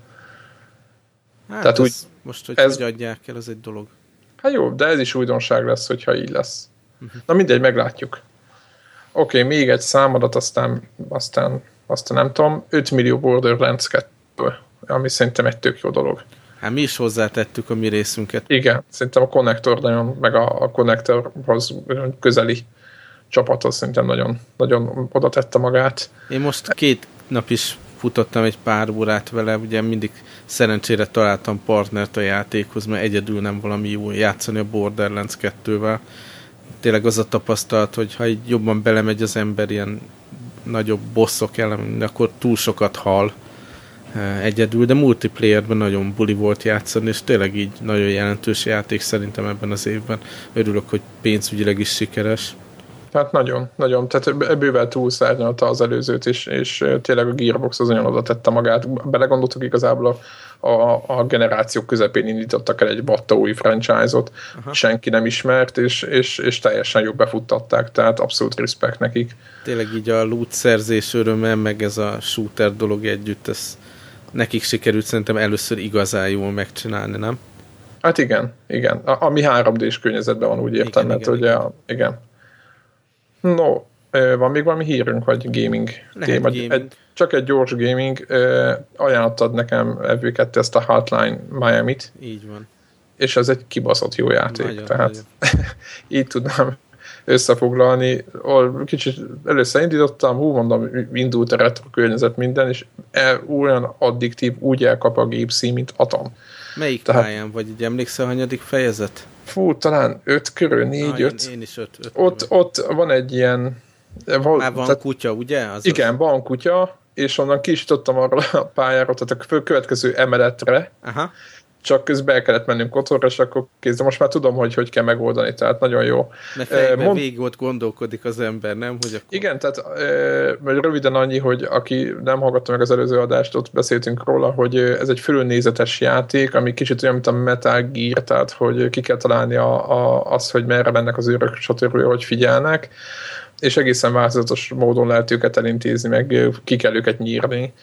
Hát tehát úgy, most, hogy adják el, ez egy dolog. Hát jó, de ez is újdonság lesz, hogyha így lesz. Na mindegy, meglátjuk. Oké, még egy számadat, aztán nem tudom, 5 millió Borderlands 2, ami szerintem egy tök jó dolog. Hát mi is hozzátettük a mi részünket. Igen, szerintem a Connector nagyon, meg a Connectorhoz közeli csapathoz szerintem nagyon, nagyon oda tette magát. Én most 2 nap is futottam egy pár órát vele, ugye mindig szerencsére találtam partnert a játékhoz, mert egyedül nem valami jó játszani a Borderlands 2-vel. Tényleg az a tapasztalat, hogy ha így jobban belemegy az ember ilyen nagyobb bosszok ellen, akkor túl sokat hal egyedül, de multiplayerben nagyon buli volt játszani, és tényleg így nagyon jelentős játék szerintem ebben az évben. Örülök, hogy pénzügyileg is sikeres. Hát nagyon, nagyon. Tehát bővel túlszárnyalta az előzőt, és tényleg a Gearbox az nagyon oda tette magát. Belegondoltak igazából a generációk közepén indítottak el egy batta új franchise-ot, senki nem ismert, és teljesen jól befuttatták, tehát abszolút respekt nekik. Tényleg így a loot szerzés öröme, meg ez a shooter dolog együtt, ez nekik sikerült szerintem először igazán jól megcsinálni, nem? Hát igen. Ami 3D-s környezetben van, úgy értem, mert ugye igen. No, van még valami hírünk, vagy gaming téma? Csak egy gyors gaming. Ajánlottad nekem FB2 ezt a Hotline Miami-t. Így van. És ez egy kibaszott jó játék. Nagyon, tehát így tudnám összefoglalni. Kicsit először indítottam, mondom, indult a retro környezet minden, és olyan addiktív, úgy elkap a gépszín, mint atom. Melyik pályán vagy? Így emlékszel, hanyadik fejezet? Fú, talán 5 körül, 4-5. Én is 5. Ott van egy ilyen... Már van kutya, ugye? Igen, van kutya, és onnan ki is tudtam arra a pályára, tehát a következő emeletre, csak közben el kellett mennünk otthonra, és akkor de most már tudom, hogy kell megoldani, tehát nagyon jó. De fejben végig ott gondolkodik az ember, nem? Hogy akkor... Igen, tehát röviden annyi, hogy aki nem hallgatta meg az előző adást, ott beszéltünk róla, hogy ez egy fölnézetes játék, ami kicsit olyan, mint a Metal Gear, tehát hogy ki kell találni azt, hogy merre mennek az őrök, stb., hogy figyelnek, és egészen változatos módon lehet őket elintézni, meg ki kell őket nyírni.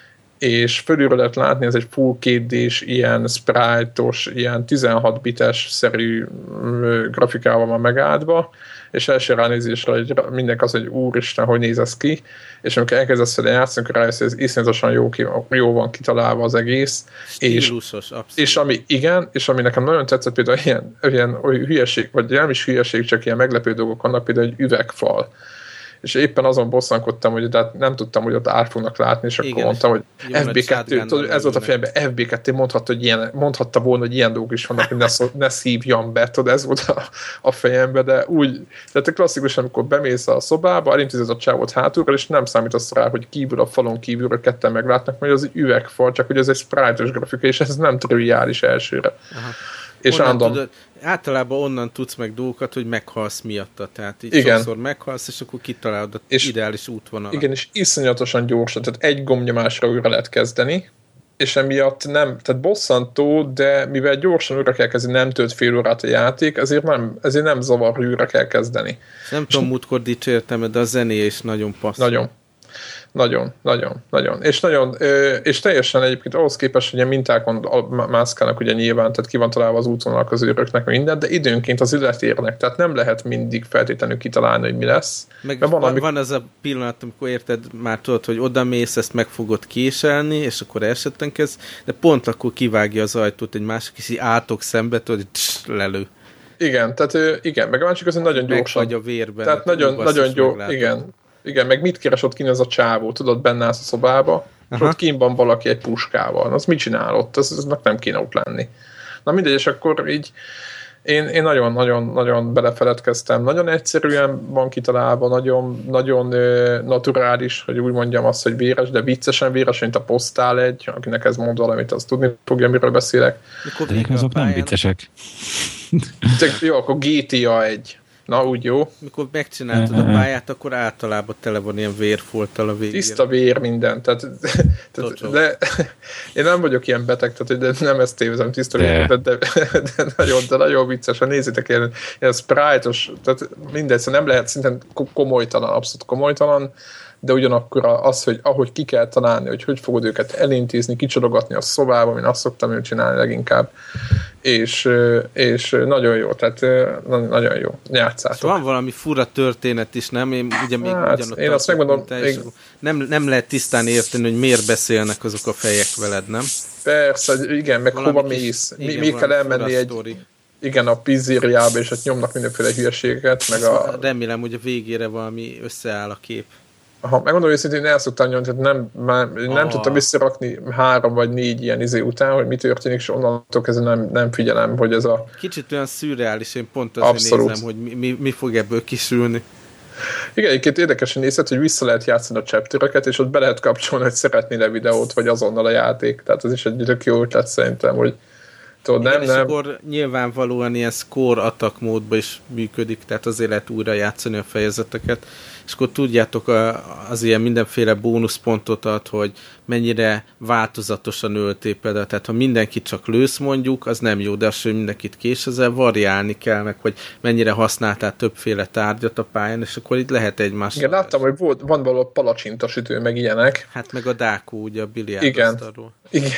És fölülről lehet látni, ez egy full 2D-s, ilyen sprite-os, ilyen 16 bites szerű grafikával van megáldva, és első ránézésre mindenki az, hogy úristen, hogy néz ez ki, és amikor elkezdesz vele játszani, akkor rájössz, hogy ez iszonyatosan jó van kitalálva az egész. Stílusos, abszolút. És ami nekem nagyon tetszett, például ilyen hülyeség, vagy nem is hülyeség, csak ilyen meglepő dolgok vannak, például egy üvegfal. És éppen azon bosszankodtam, hogy de nem tudtam, hogy ott át fognak látni, és akkor mondtam, hogy FB2, ez volt a fejemben, FB2 mondhatta volna, hogy ilyen dolgok is vannak, hogy ne szívjam be, tudod, ez volt a fejemben, de úgy, tehát a klasszikus, amikor bemész a szobába, elintézed a csávot hátulról, és nem számítasz rá, hogy kívül a falon kívülről ketten meglátnak, mert az üvegfal, csak hogy ez egy sprite-os grafika, és ez nem triviális elsőre. És általában onnan tudsz meg dolgokat, hogy meghalsz miatta. Tehát így sokszor meghalsz, és akkor kitalálod az ideális útvonalat. Igen, és iszonyatosan gyorsan, tehát egy gombnyomásra újra lehet kezdeni, és emiatt nem, tehát bosszantó, de mivel gyorsan újra kell kezdeni, nem tölt fél órát a játék, ezért nem zavar, hogy újra kell kezdeni. Nem tudom, múltkor dicsértem, de a zenéje is nagyon passzol. Nagyon. És teljesen egyébként ahhoz képest, hogy ilyen mintákon mászkálnak ugye nyilván, tehát ki van találva az útvonalak az őröknek minden, de időnként az illet érnek, tehát nem lehet mindig feltétlenül kitalálni, hogy mi lesz. Meg van az a pillanat, amikor érted, már tudod, hogy oda mész, ezt meg fogod késelni, és akkor elsettenkedsz, de pont akkor kivágja az ajtót egy másik, és így átok szembe, tudod, lelő. Igen, tehát igen, meg a másik az, hogy nagyon gyorsan. Megfagy a vérben. Tehát nagyon gyors, igen, meg mit keres ott kint az a csávó, tudod, benne állsz a szobába, és ott kint van valaki egy puskával. Az mit csinál ott? Aznak nem kéne ott lenni. Na mindegy, és akkor így Én nagyon belefeledkeztem. Nagyon egyszerűen van kitalálva, nagyon naturális, hogy úgy mondjam azt, hogy véres, de viccesen véres, mint a Postál 1, akinek ez mond valamit, az tudni fogja, miről beszélek. De azok nem viccesek. Jó, akkor GTA 1. Na, úgy jó. Mikor megcsináltad a pályát, akkor általában tele van ilyen vérfolttal a végére. Tiszta vér minden. Tehát de, én nem vagyok ilyen beteg, tehát nem ezt tévezem, tiszta vér, de nagyon vicces. Nézzétek, ilyen sprite-os, tehát mindegy, nem lehet szinten komolytalan, abszolút komolytalan, de ugyanakkor az, hogy ahogy ki kell találni, hogy fogod őket elintézni, kicsalogatni a szobába, én azt szoktam csinálni leginkább, és nagyon jó, tehát nagyon jó, játszátok. Szóval van valami fura történet is, nem? Én ugye még ugyanott én azt megmondom, nem lehet tisztán érteni, hogy miért beszélnek azok a fejek veled, nem? Persze, igen, meg valami hova mész, mi kell elmenni a pizzériába, és ott nyomnak mindenféle hülyeségeket, meg remélem, hogy a végére valami összeáll a kép. Megmondom őszintén, én el szoktam nyomni, tehát nem tudtam visszarakni 3 vagy 4 ilyen után, hogy mi történik, és onnantól kezdve nem figyelem, hogy ez a... Kicsit olyan szürreális, én pont azért nézem, hogy mi fog ebből kisülni. Igen, egyébként érdekesen nézhet, hogy vissza lehet játszani a chaptereket, és ott be lehet kapcsolni, hogy szeretnél-e videót, vagy azonnal a játék. Tehát ez is egy tök jó ötlet szerintem, hogy tudod, igen, és akkor nyilvánvalóan ilyen score attack módban is működik, tehát azért lehet újra játszani a fejezeteket, és akkor tudjátok az ilyen mindenféle bónuszpontot ad, hogy mennyire változatosan öltél például, tehát ha mindenkit csak lősz mondjuk, az nem jó, de az, hogy mindenkit késezel, variálni kell meg, hogy mennyire használtál többféle tárgyat a pályán, és akkor itt lehet egymás. Igen, láttam, hogy van valahol palacsintasütő, meg ilyenek. Hát meg a dákó, ugye a biliárdasztalról.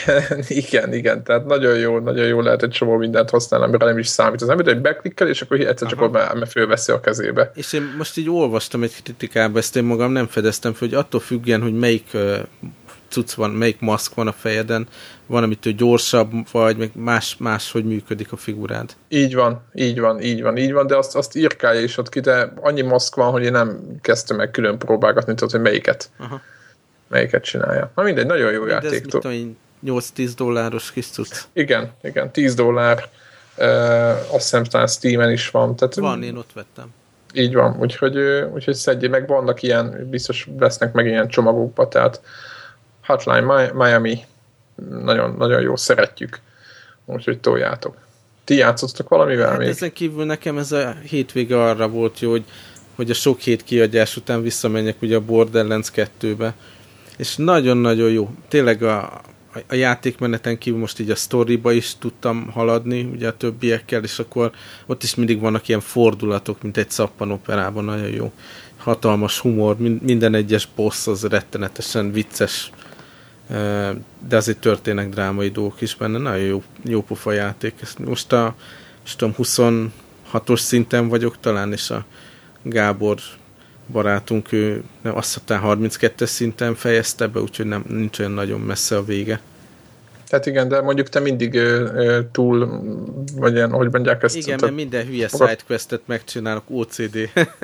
Igen, tehát nagyon jó lehet egy csomó mindent használni, amire nem is számít. Az ember, hogy beklikkel, és akkor egyszer csak ott fölveszi a kezébe. És én most így olvastam egy kritikába, ezt én magam nem fedeztem fel, hogy attól függően, hogy melyik cucc van, melyik maszk van a fejeden, van, amitől gyorsabb vagy, meg más, hogy működik a figurád. Így van, de azt írkálja is ott ki, de annyi maszk van, hogy én nem kezdtem meg külön próbálgatni, tudod, hogy melyiket csinálja. Na mindegy, nagyon jó játék. Ez 8-10 dolláros kis cucc. Igen, $10. Azt hiszem, talán Steamen is van. Tehát, van, én ott vettem. Így van, úgyhogy szedjél meg, vannak ilyen, biztos lesznek meg ilyen csomagokba, tehát Hotline Miami, nagyon jó, szeretjük, úgyhogy toljátok. Ti játszottak valamivel hát még? Ezen kívül nekem ez a hétvége arra volt jó, hogy a sok hét kiadás után visszamenjek ugye a Borderlands 2-be, és nagyon-nagyon jó. Tényleg a játékmeneten kívül most így a sztoriba is tudtam haladni, ugye a többiekkel, és akkor ott is mindig vannak ilyen fordulatok, mint egy szappanoperában, nagyon jó. Hatalmas humor, minden egyes boss az rettenetesen vicces, de azért történnek drámai dolgok is benne, nagyon jó pofa játék. Most a 26-os szinten vagyok talán, és a Gábor barátunk, ő azt hiszem 32-es szinten fejezte be, úgyhogy nincs olyan nagyon messze a vége. Tehát igen, de mondjuk te mindig túl, vagy ilyen, hogy mondják ezt? Igen, mert minden hülye sidequestet megcsinálok, OCD.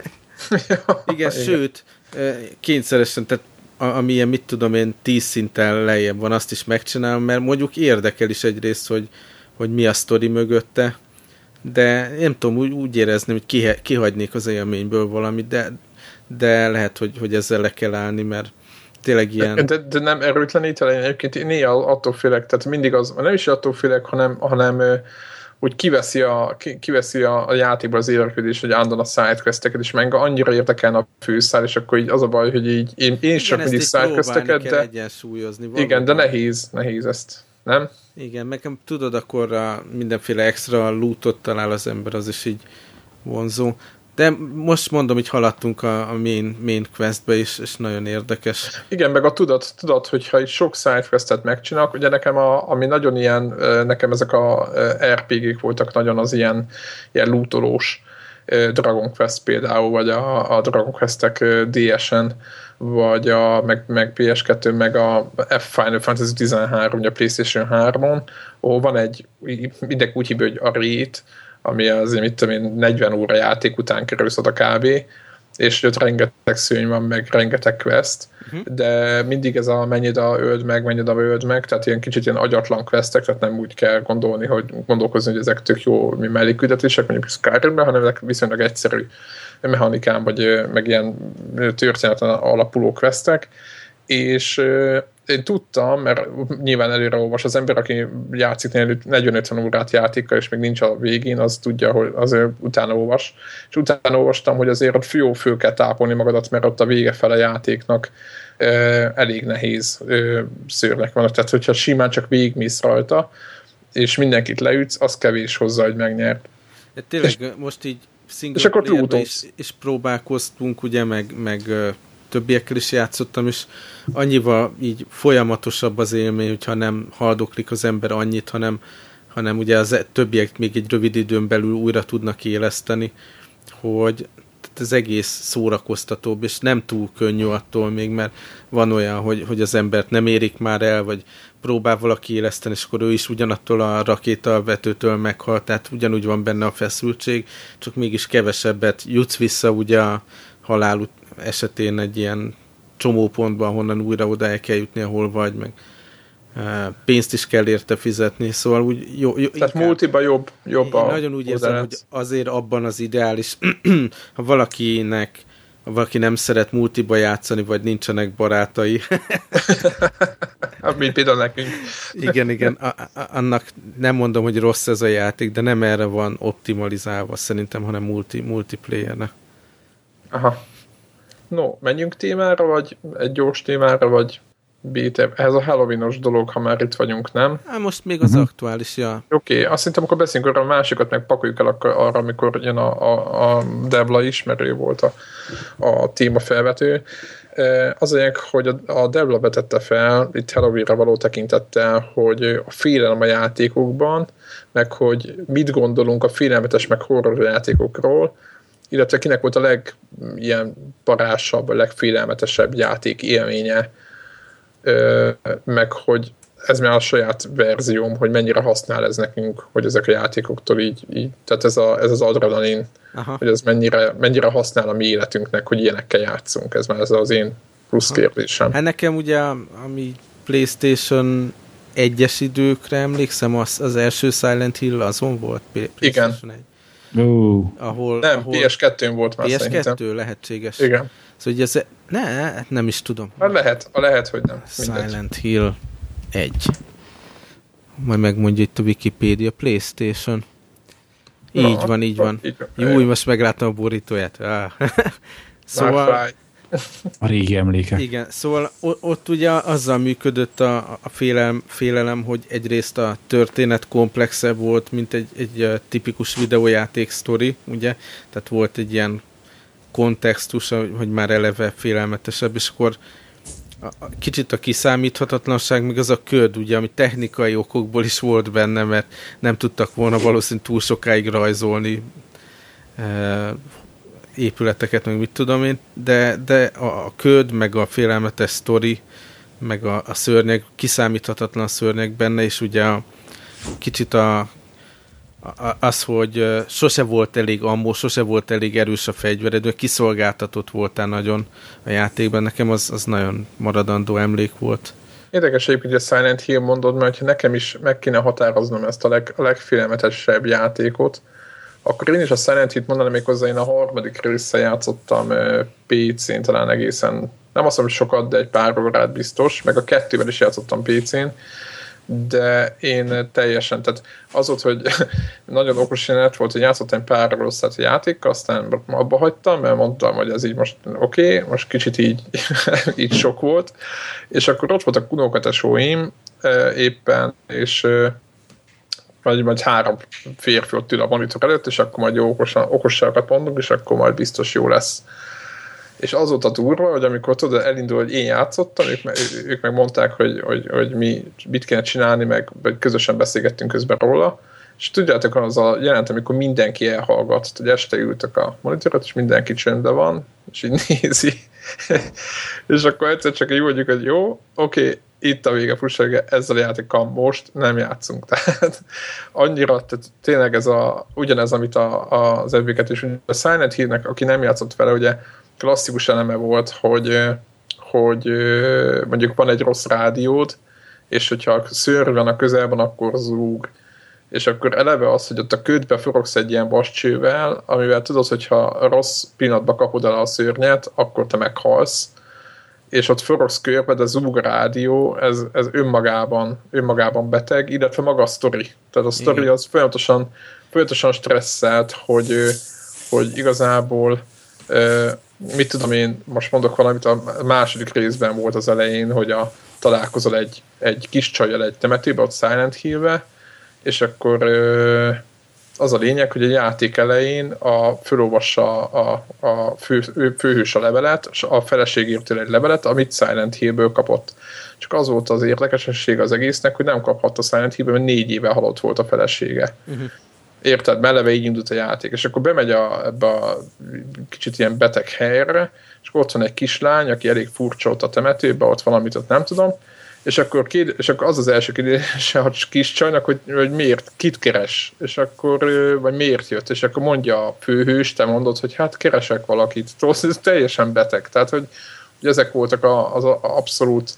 Igen, sőt, kényszeresen, tehát ami ilyen, mit tudom én, 10 szinten lejjebb van, azt is megcsinálom, mert mondjuk érdekel is egyrészt, hogy mi a sztori mögötte, de nem tudom, úgy érezni, hogy kihagynék az élményből valamit, de lehet, hogy ezzel le kell állni, mert tényleg ilyen... De nem erőtlenítelen, egyébként én néha attól félek, tehát mindig az, nem is attól félek, hanem úgy kiveszi a játékból az érdeklődést, hogy állandóan a sidequesteket, és meg annyira érdekelne a főszál, és akkor így az a baj, hogy így én is csak mindig sidequesteket, de... egyensúlyozni. Igen, de nehéz ezt, nem? Igen, meg tudod, akkor mindenféle extra lootot talál az ember, az is így vonzó. De most mondom, hogy haladtunk a main questbe is, és nagyon érdekes. Igen, meg tudod, hogyha itt sok sidequestet megcsinálok, ugye nekem ami nagyon ilyen, nekem ezek a RPG-k voltak nagyon az ilyen lootolós Dragon Quest például, vagy a Dragon Questek DS-en, vagy meg PS2, meg a Final Fantasy 13, a PlayStation 3-on, ahol van mindenki úgy hívja, hogy a rét, ami az, mit tudom én, 40 óra játék után kerülsz a kb. és ott rengeteg szőny van, meg rengeteg quest, de mindig ez a menj oda, öld meg, tehát ilyen kicsit ilyen agyatlan questek, tehát nem úgy kell gondolkozni, hogy ezek tök jó mellékküldetések, mondjuk Skyrimben, hanem ezek viszonylag egyszerű mechanikán, vagy meg ilyen történeten alapuló questek, és én tudtam, mert nyilván előre olvas az ember, aki játszik 40-50 órát játékkal, és még nincs a végén, az tudja, hogy azért utána olvas. És utána olvastam, hogy azért ott jó föl kell tápolni magadat, mert ott a vége fele játéknak elég nehéz szőrnek vannak. Tehát, hogyha simán csak végigmész rajta, és mindenkit leütsz, az kevés hozzá, hogy megnyert. De tényleg most így single player-ben is próbálkoztunk, ugye, meg többiekkel is játszottam, és annyival így folyamatosabb az élmény, hogyha nem haldoklik az ember annyit, hanem ugye az többiek még egy rövid időn belül újra tudnak éleszteni, hogy az egész szórakoztatóbb, és nem túl könnyű attól még, mert van olyan, hogy az embert nem érik már el, vagy próbál valaki éleszteni, és akkor ő is ugyanattól a rakétavetőtől meghal, tehát ugyanúgy van benne a feszültség, csak mégis kevesebbet jutsz vissza ugye a halál esetén egy ilyen csomópontban, honnan újra oda el kell jutni, ahol vagy, meg pénzt is kell érte fizetni, szóval úgy jó tehát multiba jobb a nagyon úgy érzem, hogy azért abban az ideális, ha valaki nem szeret multiba játszani, vagy nincsenek barátai. Mint például nekünk. Igen. Annak nem mondom, hogy rossz ez a játék, de nem erre van optimalizálva szerintem, hanem multiplayer-ne. Aha. No, menjünk témára, vagy egy gyors témára, vagy ez a Halloween-os dolog, ha már itt vagyunk, nem? Most még az aktuális, ja. Oké, azt hiszem, akkor beszéljünk arra a másikat, meg pakoljuk el arra, amikor jön a Devla ismerő volt a téma felvető. Az olyan, hogy a Devla vetette fel, itt Halloween-ra való tekintettel, hogy a félelem a játékokban, meg hogy mit gondolunk a félelmetes, meg horror játékokról, illetve kinek volt a legilyen parásabb, a legfélelmetesebb játék élménye, meg hogy ez már a saját verzióm, hogy mennyire használ ez nekünk, hogy ezek a játékoktól így tehát ez az adrenalin, hogy ez mennyire használ a mi életünknek, hogy ilyenekkel játszunk. Ez már ez az én plusz kérdésem. Hát nekem ugye, ami PlayStation 1-es időkre emlékszem, az első Silent Hill azon volt? Igen. Ahol PS2-n volt már PS2 szerintem. lehetséges. Igen. Szóval ez nem is tudom. Lehet, hogy nem. Silent Hill 1. Majd megmondja itt a Wikipedia, PlayStation. Így van. Jó, most megláttam a borítóját. Szóval... A régi emlékek. Igen, szóval ott ugye azzal működött a félelem, hogy egyrészt a történet komplexebb volt, mint egy tipikus videójáték sztori, ugye? Tehát volt egy ilyen kontextus, hogy már eleve félelmetesebb, és akkor kicsit a kiszámíthatatlanság, meg az a köd, ugye, ami technikai okokból is volt benne, mert nem tudtak volna valószínűleg túl sokáig rajzolni épületeket, meg mit tudom én, de a köd, meg a félelmetes sztori, meg a szörnyeg, kiszámíthatatlan szörnyeg benne, és ugye kicsit az, hogy sose volt elég ammó, sose volt elég erős a fegyvered, de kiszolgáltatott voltál nagyon a játékban. Nekem az nagyon maradandó emlék volt. Érdekes egyébként, hogy a Silent Hill mondod, mert ha nekem is meg kéne határoznom ezt a legfélelmetesebb játékot, akkor én is a Silent Hill-t mondanám, méghozzá én a harmadik résszel játszottam PC-n, talán egészen, nem azt mondom, hogy sokat, de egy pár órát biztos, meg a 2-ben is játszottam PC-n, de én teljesen, tehát az volt, hogy nagyon okos jelenet volt, hogy játszottam pár rosszat a játékkal, aztán abba hagytam, mert mondtam, hogy ez így most oké, most kicsit így sok volt, és akkor ott voltak unokatesóim éppen, és vagy 3 férfi ott ül a monitor előtt, és akkor majd jó okosságokat mondunk, és akkor majd biztos jó lesz. És az volt a durva, hogy amikor tudod, elindul, hogy én játszottam, ők meg mondták, hogy mit kéne csinálni, meg közösen beszélgettünk közben róla, és tudjátok, az a jelent, amikor mindenki elhallgat, hogy este ültök a monitorot, és mindenki csöndben van, és így nézi. És akkor egyszer csak így mondjuk, hogy jó, oké, itt a vége, fussága, ezzel a játékkal most nem játszunk. Tehát annyira, tehát tényleg ez ugyanez, amit az ebbéket is, a Silent Hill-nek, aki nem játszott vele, ugye klasszikus eleme volt, hogy mondjuk van egy rossz rádiód, és hogyha szőr van a közelben, akkor zúg. És akkor eleve az, hogy ott a ködbe forogsz egy ilyen vascsővel, amivel tudod, hogyha rossz pillanatban kapod el a szőrnyet, akkor te meghalsz, és ott forogsz körbe, de zúg a rádió, ez önmagában beteg, illetve maga a sztori. Tehát a sztori az folyamatosan stresszelt, hogy igazából mit tudom én, most mondok valamit, a második részben volt az elején, hogy találkozol egy kis csajjal egy temetőbe, ott Silent Hill-be, és akkor az a lényeg, hogy a játék elején fölolvassa a főhős a levelet, a feleség írt egy levelet, amit Silent Hill-ből kapott. Csak az volt az érdekesség az egésznek, hogy nem kaphatta Silent Hill-ből, mert 4 éve halott volt a felesége. Érted? Meleve így indult a játék. És akkor bemegy ebbe a kicsit ilyen beteg helyre, és ott van egy kislány, aki elég furcsa ott a temetőbe, ott valamit ott nem tudom, és akkor az az első kérdése a kis csajnak, hogy miért, kit keres, és akkor, vagy miért jött, és akkor mondja a főhős, te mondod, hogy hát keresek valakit. Ez teljesen beteg. Tehát, hogy ezek voltak az abszolút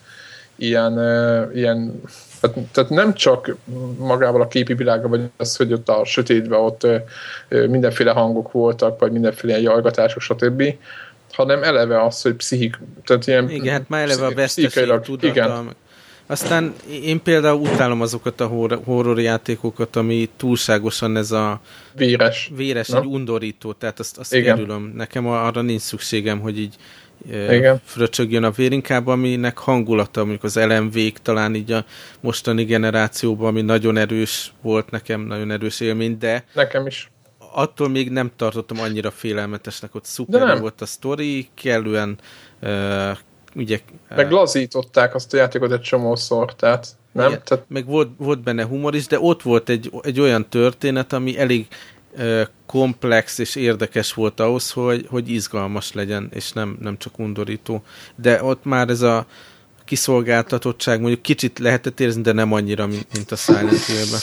ilyen tehát nem csak magával a képi világa, vagy az, hogy ott a sötétben ott mindenféle hangok voltak, vagy mindenféle jajgatások, stb., hanem eleve az, hogy tehát ilyen igen, hát már eleve a veszteség tudata. Aztán én például utálom azokat a horror játékokat, ami túlságosan ez a véres így undorító, tehát azt kerülöm. Nekem arra nincs szükségem, hogy így fröcsögjön a vér, inkább aminek hangulata, mondjuk az LMV-k talán így a mostani generációban, ami nagyon erős volt nekem, nagyon erős élmény, de nekem is. Attól még nem tartottam annyira félelmetesnek, ott szuper volt a sztori, kellően ugye... Meg lazították azt a játékot egy csomószor, tehát nem? Igen, tehát... meg volt benne humor is, de ott volt egy olyan történet, ami elég komplex és érdekes volt ahhoz, hogy izgalmas legyen, és nem csak undorító. De ott már ez a kiszolgáltatottság mondjuk kicsit lehetett érezni, de nem annyira, mint a Silent Hill-ben.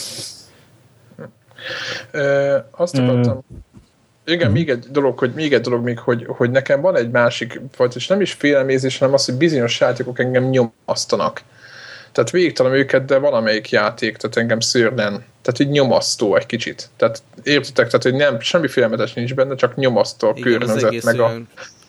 Azt akartam... Igen, még egy dolog, hogy nekem van egy másik, és nem is félelmézés, hanem az, hogy bizonyos játékok engem nyomasztanak. Tehát végigtalom őket, de valamelyik játék, tehát engem szőrnen, tehát így nyomasztó egy kicsit. Tehát értitek, tehát hogy nem, semmi félelmetes nincs benne, csak nyomasztó a környezet, meg a...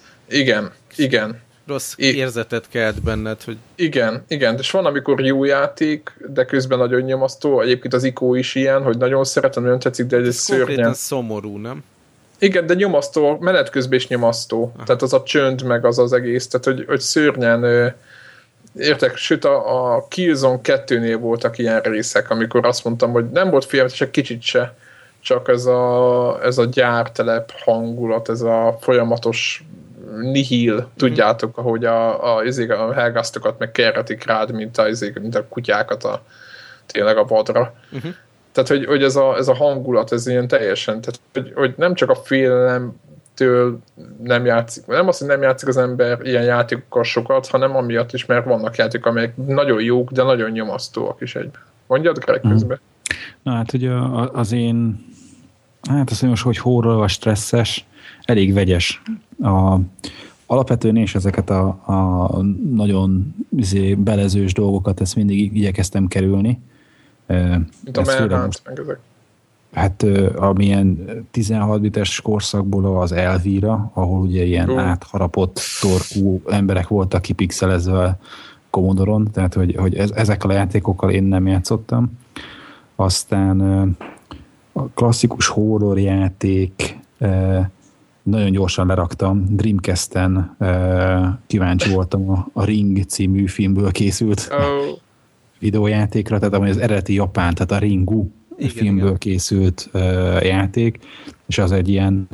Igen. Rossz érzetet kelt benned, hogy... Igen, és van, amikor jó játék, de közben nagyon nyomasztó. Egyébként az ICO is ilyen, hogy nagyon szeretem, nagyon tetszik, de ez szörnyen. Konkrétan szomorú, nem? Igen, de nyomasztó, menet közben is nyomasztó. Aha. Tehát az a csönd, meg az egész, tehát hogy szörnyen... Értek, sőt a Killzone 2-nél voltak ilyen részek, amikor azt mondtam, hogy nem volt félelmetes egy kicsit se, csak ez a gyártelep hangulat, ez a folyamatos nihil, tudjátok, ahogy a hellgáztokat meg kerretik rád, mint a kutyákat tényleg a vadra. Tehát, hogy ez a hangulat, ez ilyen teljesen, tehát, hogy nem csak a félelemtől nem játszik, nem azt, hogy nem játszik az ember ilyen játékokkal sokat, hanem amiatt is, mert vannak játékok, amelyek nagyon jók, de nagyon nyomasztóak is egyben. Mondjad, Greg, közben? Na hát, hogy az én azt mondom, hogy horror vagy stresszes, elég vegyes. Alapvetően és ezeket a nagyon belezős dolgokat, ezt mindig igyekeztem kerülni. Mint a Melvánt, meg ezek. Hát amilyen 16 bites korszakból az Elvira, ahol ugye ilyen átharapott torkú emberek voltak kipixelezve Commodore-on, tehát hogy ezekkel a játékokkal én nem játszottam. Aztán a klasszikus horror játék nagyon gyorsan leraktam. Dreamcast-en kíváncsi voltam a Ring című filmből készült videójátékra, tehát amely az eredeti japán, tehát a Ringu filmből készült játék, és az egy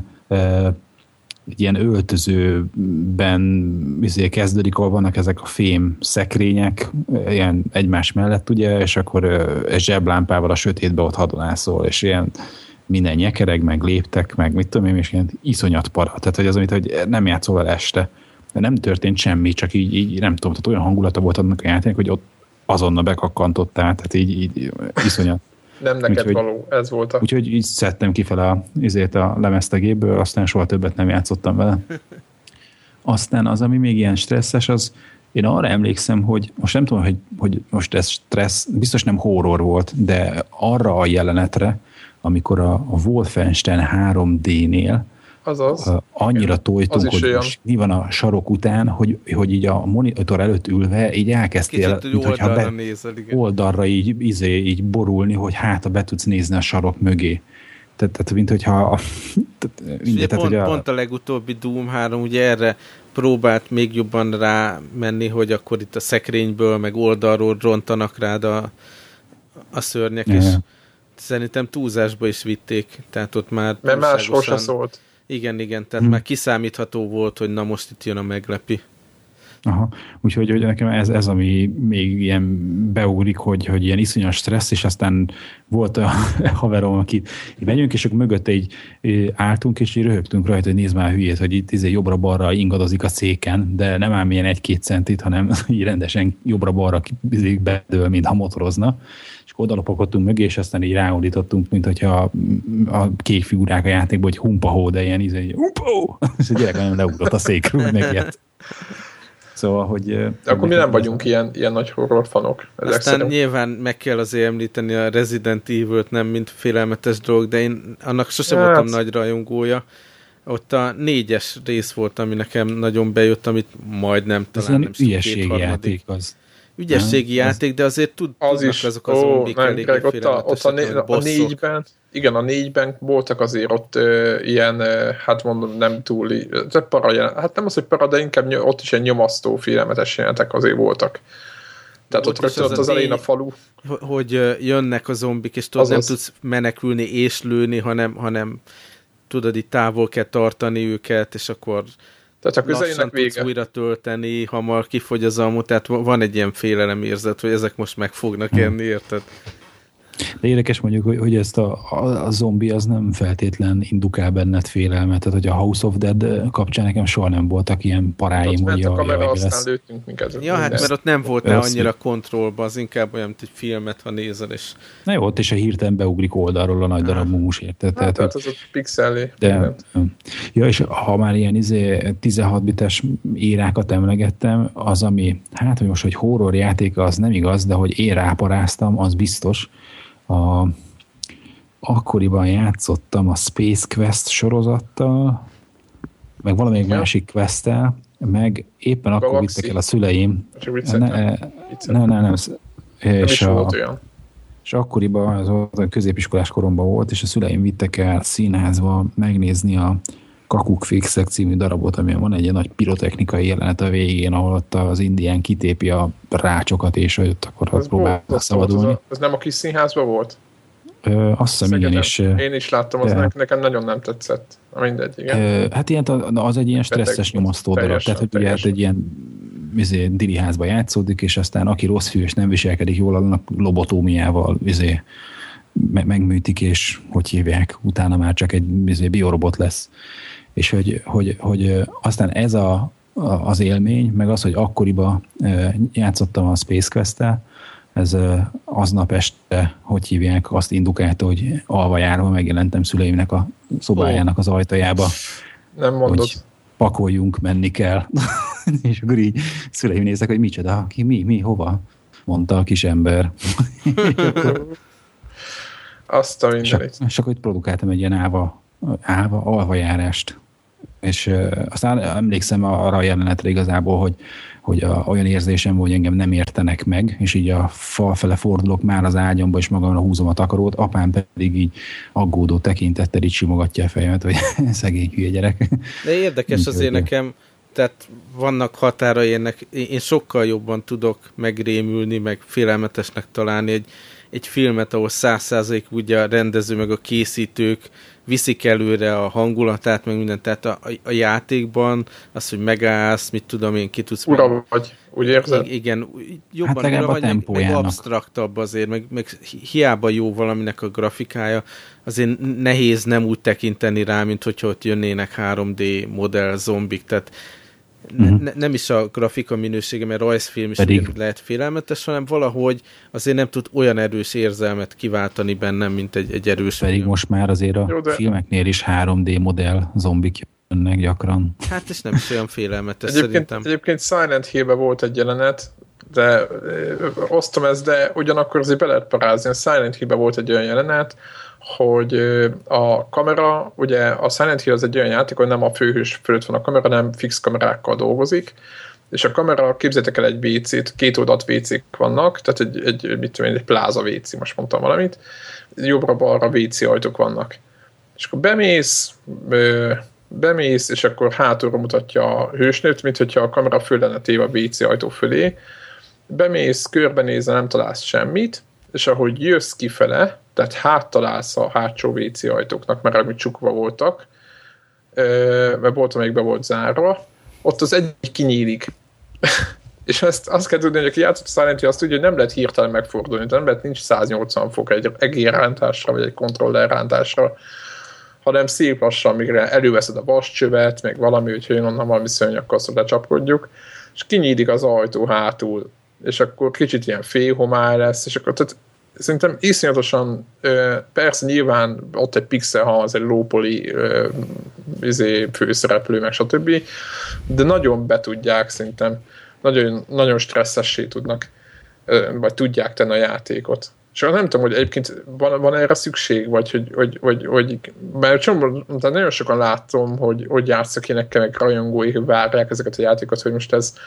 ilyen öltözőben kezdődik, ahol vannak ezek a fém szekrények, ilyen egymás mellett, ugye, és akkor egy zseblámpával a sötétbe ott hadonászol, és ilyen minden nyekereg, meg léptek, meg mit tudom én, és ilyen iszonyat para. Tehát, hogy az, hogy nem játszol el este. De nem történt semmi, csak így nem tudom, tehát olyan hangulata volt annak a játék, hogy ott azonnal bekakkantottál, tehát így iszonyat. Nem neked úgyhogy, való, ez volt a... Úgyhogy így szedtem kifele a lemezt a gépből, aztán soha többet nem játszottam vele. Aztán az, ami még ilyen stresszes, az én arra emlékszem, hogy most nem tudom, hogy most ez stressz, biztos nem horror volt, de arra a jelenetre, amikor a Wolfenstein 3D-nél annyira tojtunk, hogy most mi van a sarok után, hogy így a monitor előtt ülve így elkezdtél oldalra így borulni, hogy hát be tudsz nézni a sarok mögé. Tehát mint hogyha... Pont a legutóbbi Doom 3 ugye erre próbált még jobban rámenni, hogy akkor itt a szekrényből, meg oldalról rontanak rád a szörnyek, és szerintem túlzásba is vitték, tehát ott már... Mert máshol se szólt. Igen, tehát már kiszámítható volt, hogy na most itt jön a meglepi. Aha, úgyhogy hogy nekem ez, ami még ilyen beugrik, hogy ilyen iszonyos stressz, és aztán volt a haverom, aki így megyünk, és akkor mögötte így álltunk, és így röhögtünk rajta, hogy nézd már hülyét, hogy itt jobbra-balra ingadozik a széken, de nem ám ilyen 1-2 centit, hanem így rendesen jobbra-balra bedől, mintha motorozna. És odalopakodtunk mögé, és aztán így ráordítottunk, mint hogyha a kék figurák a játékban, hogy humpahó, de ilyen humpahó! És a gyerek nagyon leugrott a székről, meg ilyet. Szóval, hogy... De akkor mi nem vagyunk ilyen nagy horrorfanok. Aztán nyilván meg kell azért említeni a Resident Evil-t, nem mint félelmetes dolog, de én annak sosem voltam nagy rajongója. Ott a 4-es rész volt, ami nekem nagyon bejött, amit majdnem talán nem tudom, játék az. Ügyességi játék, de azért tudnak azok a zombik eléggé félelmetesek, a 4-ben, igen, a 4-ben voltak azért ott ilyen, hát mondom, nem túl, hát nem az, hogy para, de inkább ott is ilyen nyomasztó félelmetes jelenetek azért voltak. Tehát ott rögtön az elején a falu. Hogy jönnek a zombik, és tudod, nem tudsz menekülni és lőni, hanem tudod, itt távol kell tartani őket, és akkor lassan tudsz újra tölteni, hamar kifogy az ammo, tehát van egy ilyen félelemérzet, hogy ezek most meg fognak enni, érted? De érdekes mondjuk, hogy ezt a zombi az nem feltétlen indukál benned félelmet, tehát hogy a House of Dead kapcsán nekem soha nem voltak ilyen paráim, hogy aztán lőttünk minket. Ja, hát mert ott nem voltál annyira kontrollba, az inkább olyan, mint egy filmet, ha nézel, és... Na jó, ott is a hirtelen beugrik oldalról a nagy darab mumus, érted? Tehát az ott pixelé. Ja, és ha már ilyen 16 bites írákat emlegettem, az ami, hát hogy most, hogy horror játék, az nem igaz, de hogy én ráparáztam, az biztos. Akkoriban játszottam a Space Quest sorozattal, meg valamelyik másik questtel, meg éppen akkor vittek el a szüleim. Nem. És akkoriban, az a középiskolás koromban volt, és a szüleim vittek el színházba megnézni a Kakuk Fixek című darabot, amilyen van egy ilyen nagy pirotechnikai jelenet a végén, ahol ott az indián kitépi a rácsokat, és ott akkor próbál szabadulni. Ez nem a kis színházban volt? Azt hiszem, igen, és... Én is láttam, az nekem nagyon nem tetszett. Mindegy, igen. Hát ilyen, az egy ilyen stresszes nyomasztó darab. Tehát, hogy ugye hát egy ilyen diliházba játszódik, és aztán aki rossz fiú és nem viselkedik jól, annak lobotómiával megműtik, és hogy hívják, utána már csak egy biorobot lesz. És hogy aztán ez az élmény, meg az, hogy akkoriban játszottam a Space Quest-tel, ez aznap este, hogy hívják, azt indukálta, hogy alva járva megjelentem szüleimnek a szobájának az ajtajába. Nem mondod. Hogy pakoljunk, menni kell. És akkor így szüleim néztek, hogy micsoda, mi, hova? Mondta a kis ember. Azt a mindenit. És akkor itt produkáltam egy ilyen alvajárást. És aztán emlékszem arra a jelenetre igazából, hogy olyan érzésem, hogy engem nem értenek meg, és így a fal fele fordulok már az ágyamba, és magamra húzom a takarót, apám pedig így aggódó tekintettel így simogatja a fejemet, hogy szegény hülye gyerek. De érdekes azért nekem, tehát vannak határai ennek, én sokkal jobban tudok megrémülni, meg félelmetesnek találni egy filmet, ahol 100% ugye a rendező, meg a készítők viszik előre a hangulatát, meg mindent, tehát a játékban az, hogy megállsz, mit tudom én, ki tudsz... Ura vagy, úgy érzed? Igen, jobban hát ura vagy, meg absztraktabb azért, meg hiába jó valaminek a grafikája, azért nehéz nem úgy tekinteni rá, mint hogyha ott jönnének 3D modell zombik, tehát nem is a grafika minősége, mert rajzfilm is lehet félelmetes, hanem valahogy azért nem tud olyan erős érzelmet kiváltani bennem, mint egy erős film. Pedig most már azért a filmeknél is 3D modell zombik jönnek gyakran. Hát és nem is olyan félelmetes szerintem. Egyébként Silent Hill-ben volt egy jelenet, de osztom ezt, de ugyanakkor azért be lehet parázni. A Silent Hill-ben volt egy olyan jelenet, hogy a kamera, ugye a Silent Hill az egy olyan játék, hogy nem a főhős fölött van a kamera, nem fix kamerákkal dolgozik, és a kamera, képzeljétek el egy WC-t, két oldalt WC-k vannak, tehát egy pláza WC, most mondtam valamit, jobbra-balra WC ajtók vannak. És akkor bemész, és akkor hátulra mutatja a hősnőt, mint hogyha a kamera föl lenne téve a WC ajtó fölé. Bemész, körbenézel, nem találsz semmit, és ahogy jössz kifele, tehát háttalálsz a hátsó WC ajtóknak, mert amit csukva voltak, mert volt, amelyik be volt zárva, ott az egyik kinyílik. És azt kell tudni, hogy aki játszott a Silent Hill, azt tudja, hogy nem lehet hirtelen megfordulni, nem lehet, nincs 180 fok egy egérrántásra, vagy egy kontrollerrántásra, hanem szép lassan, mire előveszed a vascsövet, meg valami, hogy jön onnan valami szörny, akkor azt lecsapkodjuk, és kinyílik az ajtó hátul, és akkor kicsit ilyen félhomály lesz, és akkor tehát szerintem iszonyatosan, persze nyilván ott egy pixel, ha az egy lópoli főszereplő, meg stb., de nagyon be tudják szerintem, nagyon, nagyon stresszessé tudnak, vagy tudják tenni a játékot. És nem tudom, hogy egyébként van erre szükség, vagy hogy mert csomó, nagyon sokan látom, hogy játszakénekkel, meg rajongói, hogy várják ezeket a játékokat, hogy most ez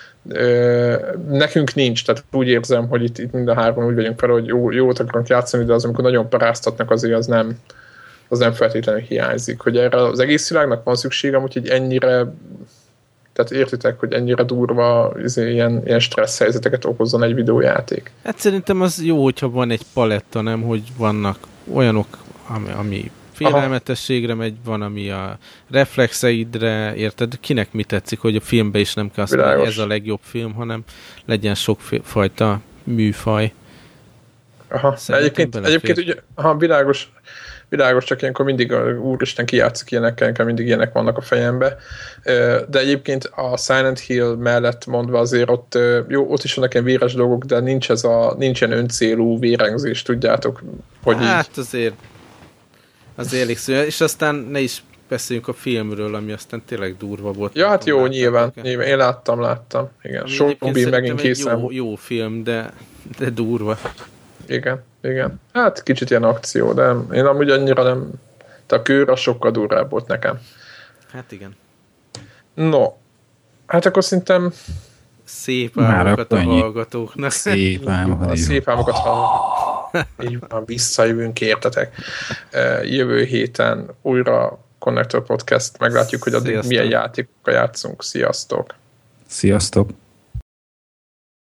nekünk nincs, tehát úgy érzem, hogy itt mind a hárman úgy vagyunk fel, hogy jót akarunk játszani, de az, amikor nagyon paráztatnak, azért az nem feltétlenül hiányzik. Hogy erre az egész világnak van szükségem, úgyhogy ennyire, tehát értitek, hogy ennyire durva ilyen stressz helyzeteket okozzon egy videójáték. Hát szerintem az jó, hogyha van egy paletta, nem, hogy vannak olyanok, ami félelmetességre megy, van, ami a reflexeidre, érted? Kinek mi tetszik, hogy a filmben is nem kell azt mondani, hogy ez a legjobb film, hanem legyen sokfajta műfaj. Aha, egyébként ugye, világos, csak ilyenkor mindig úristen kijátszik ilyenekkel, mindig ilyenek vannak a fejembe. De egyébként a Silent Hill mellett mondva azért ott is vannak ilyen véres dolgok, de nincs ilyen öncélú vérengzés, tudjátok, hogy hát így. azért elég szó. És aztán ne is beszéljünk a filmről, ami aztán tényleg durva volt. Ja, hát jó, nyilván. Én láttam. Igen. Zombi megint készen. Jó film, de durva. Igen. Hát kicsit ilyen akció, de én amúgy annyira nem... De a kőr az sokkal durvább volt nekem. Hát igen. No, hát akkor szerintem... Szép álmokat a hallgatóknak. Szép álmokat hallgatóknak. Így van, visszajövünk, értetek. Jövő héten újra Connector Podcast, meglátjuk, hogy addig milyen játékokkal játszunk. Sziasztok! Sziasztok!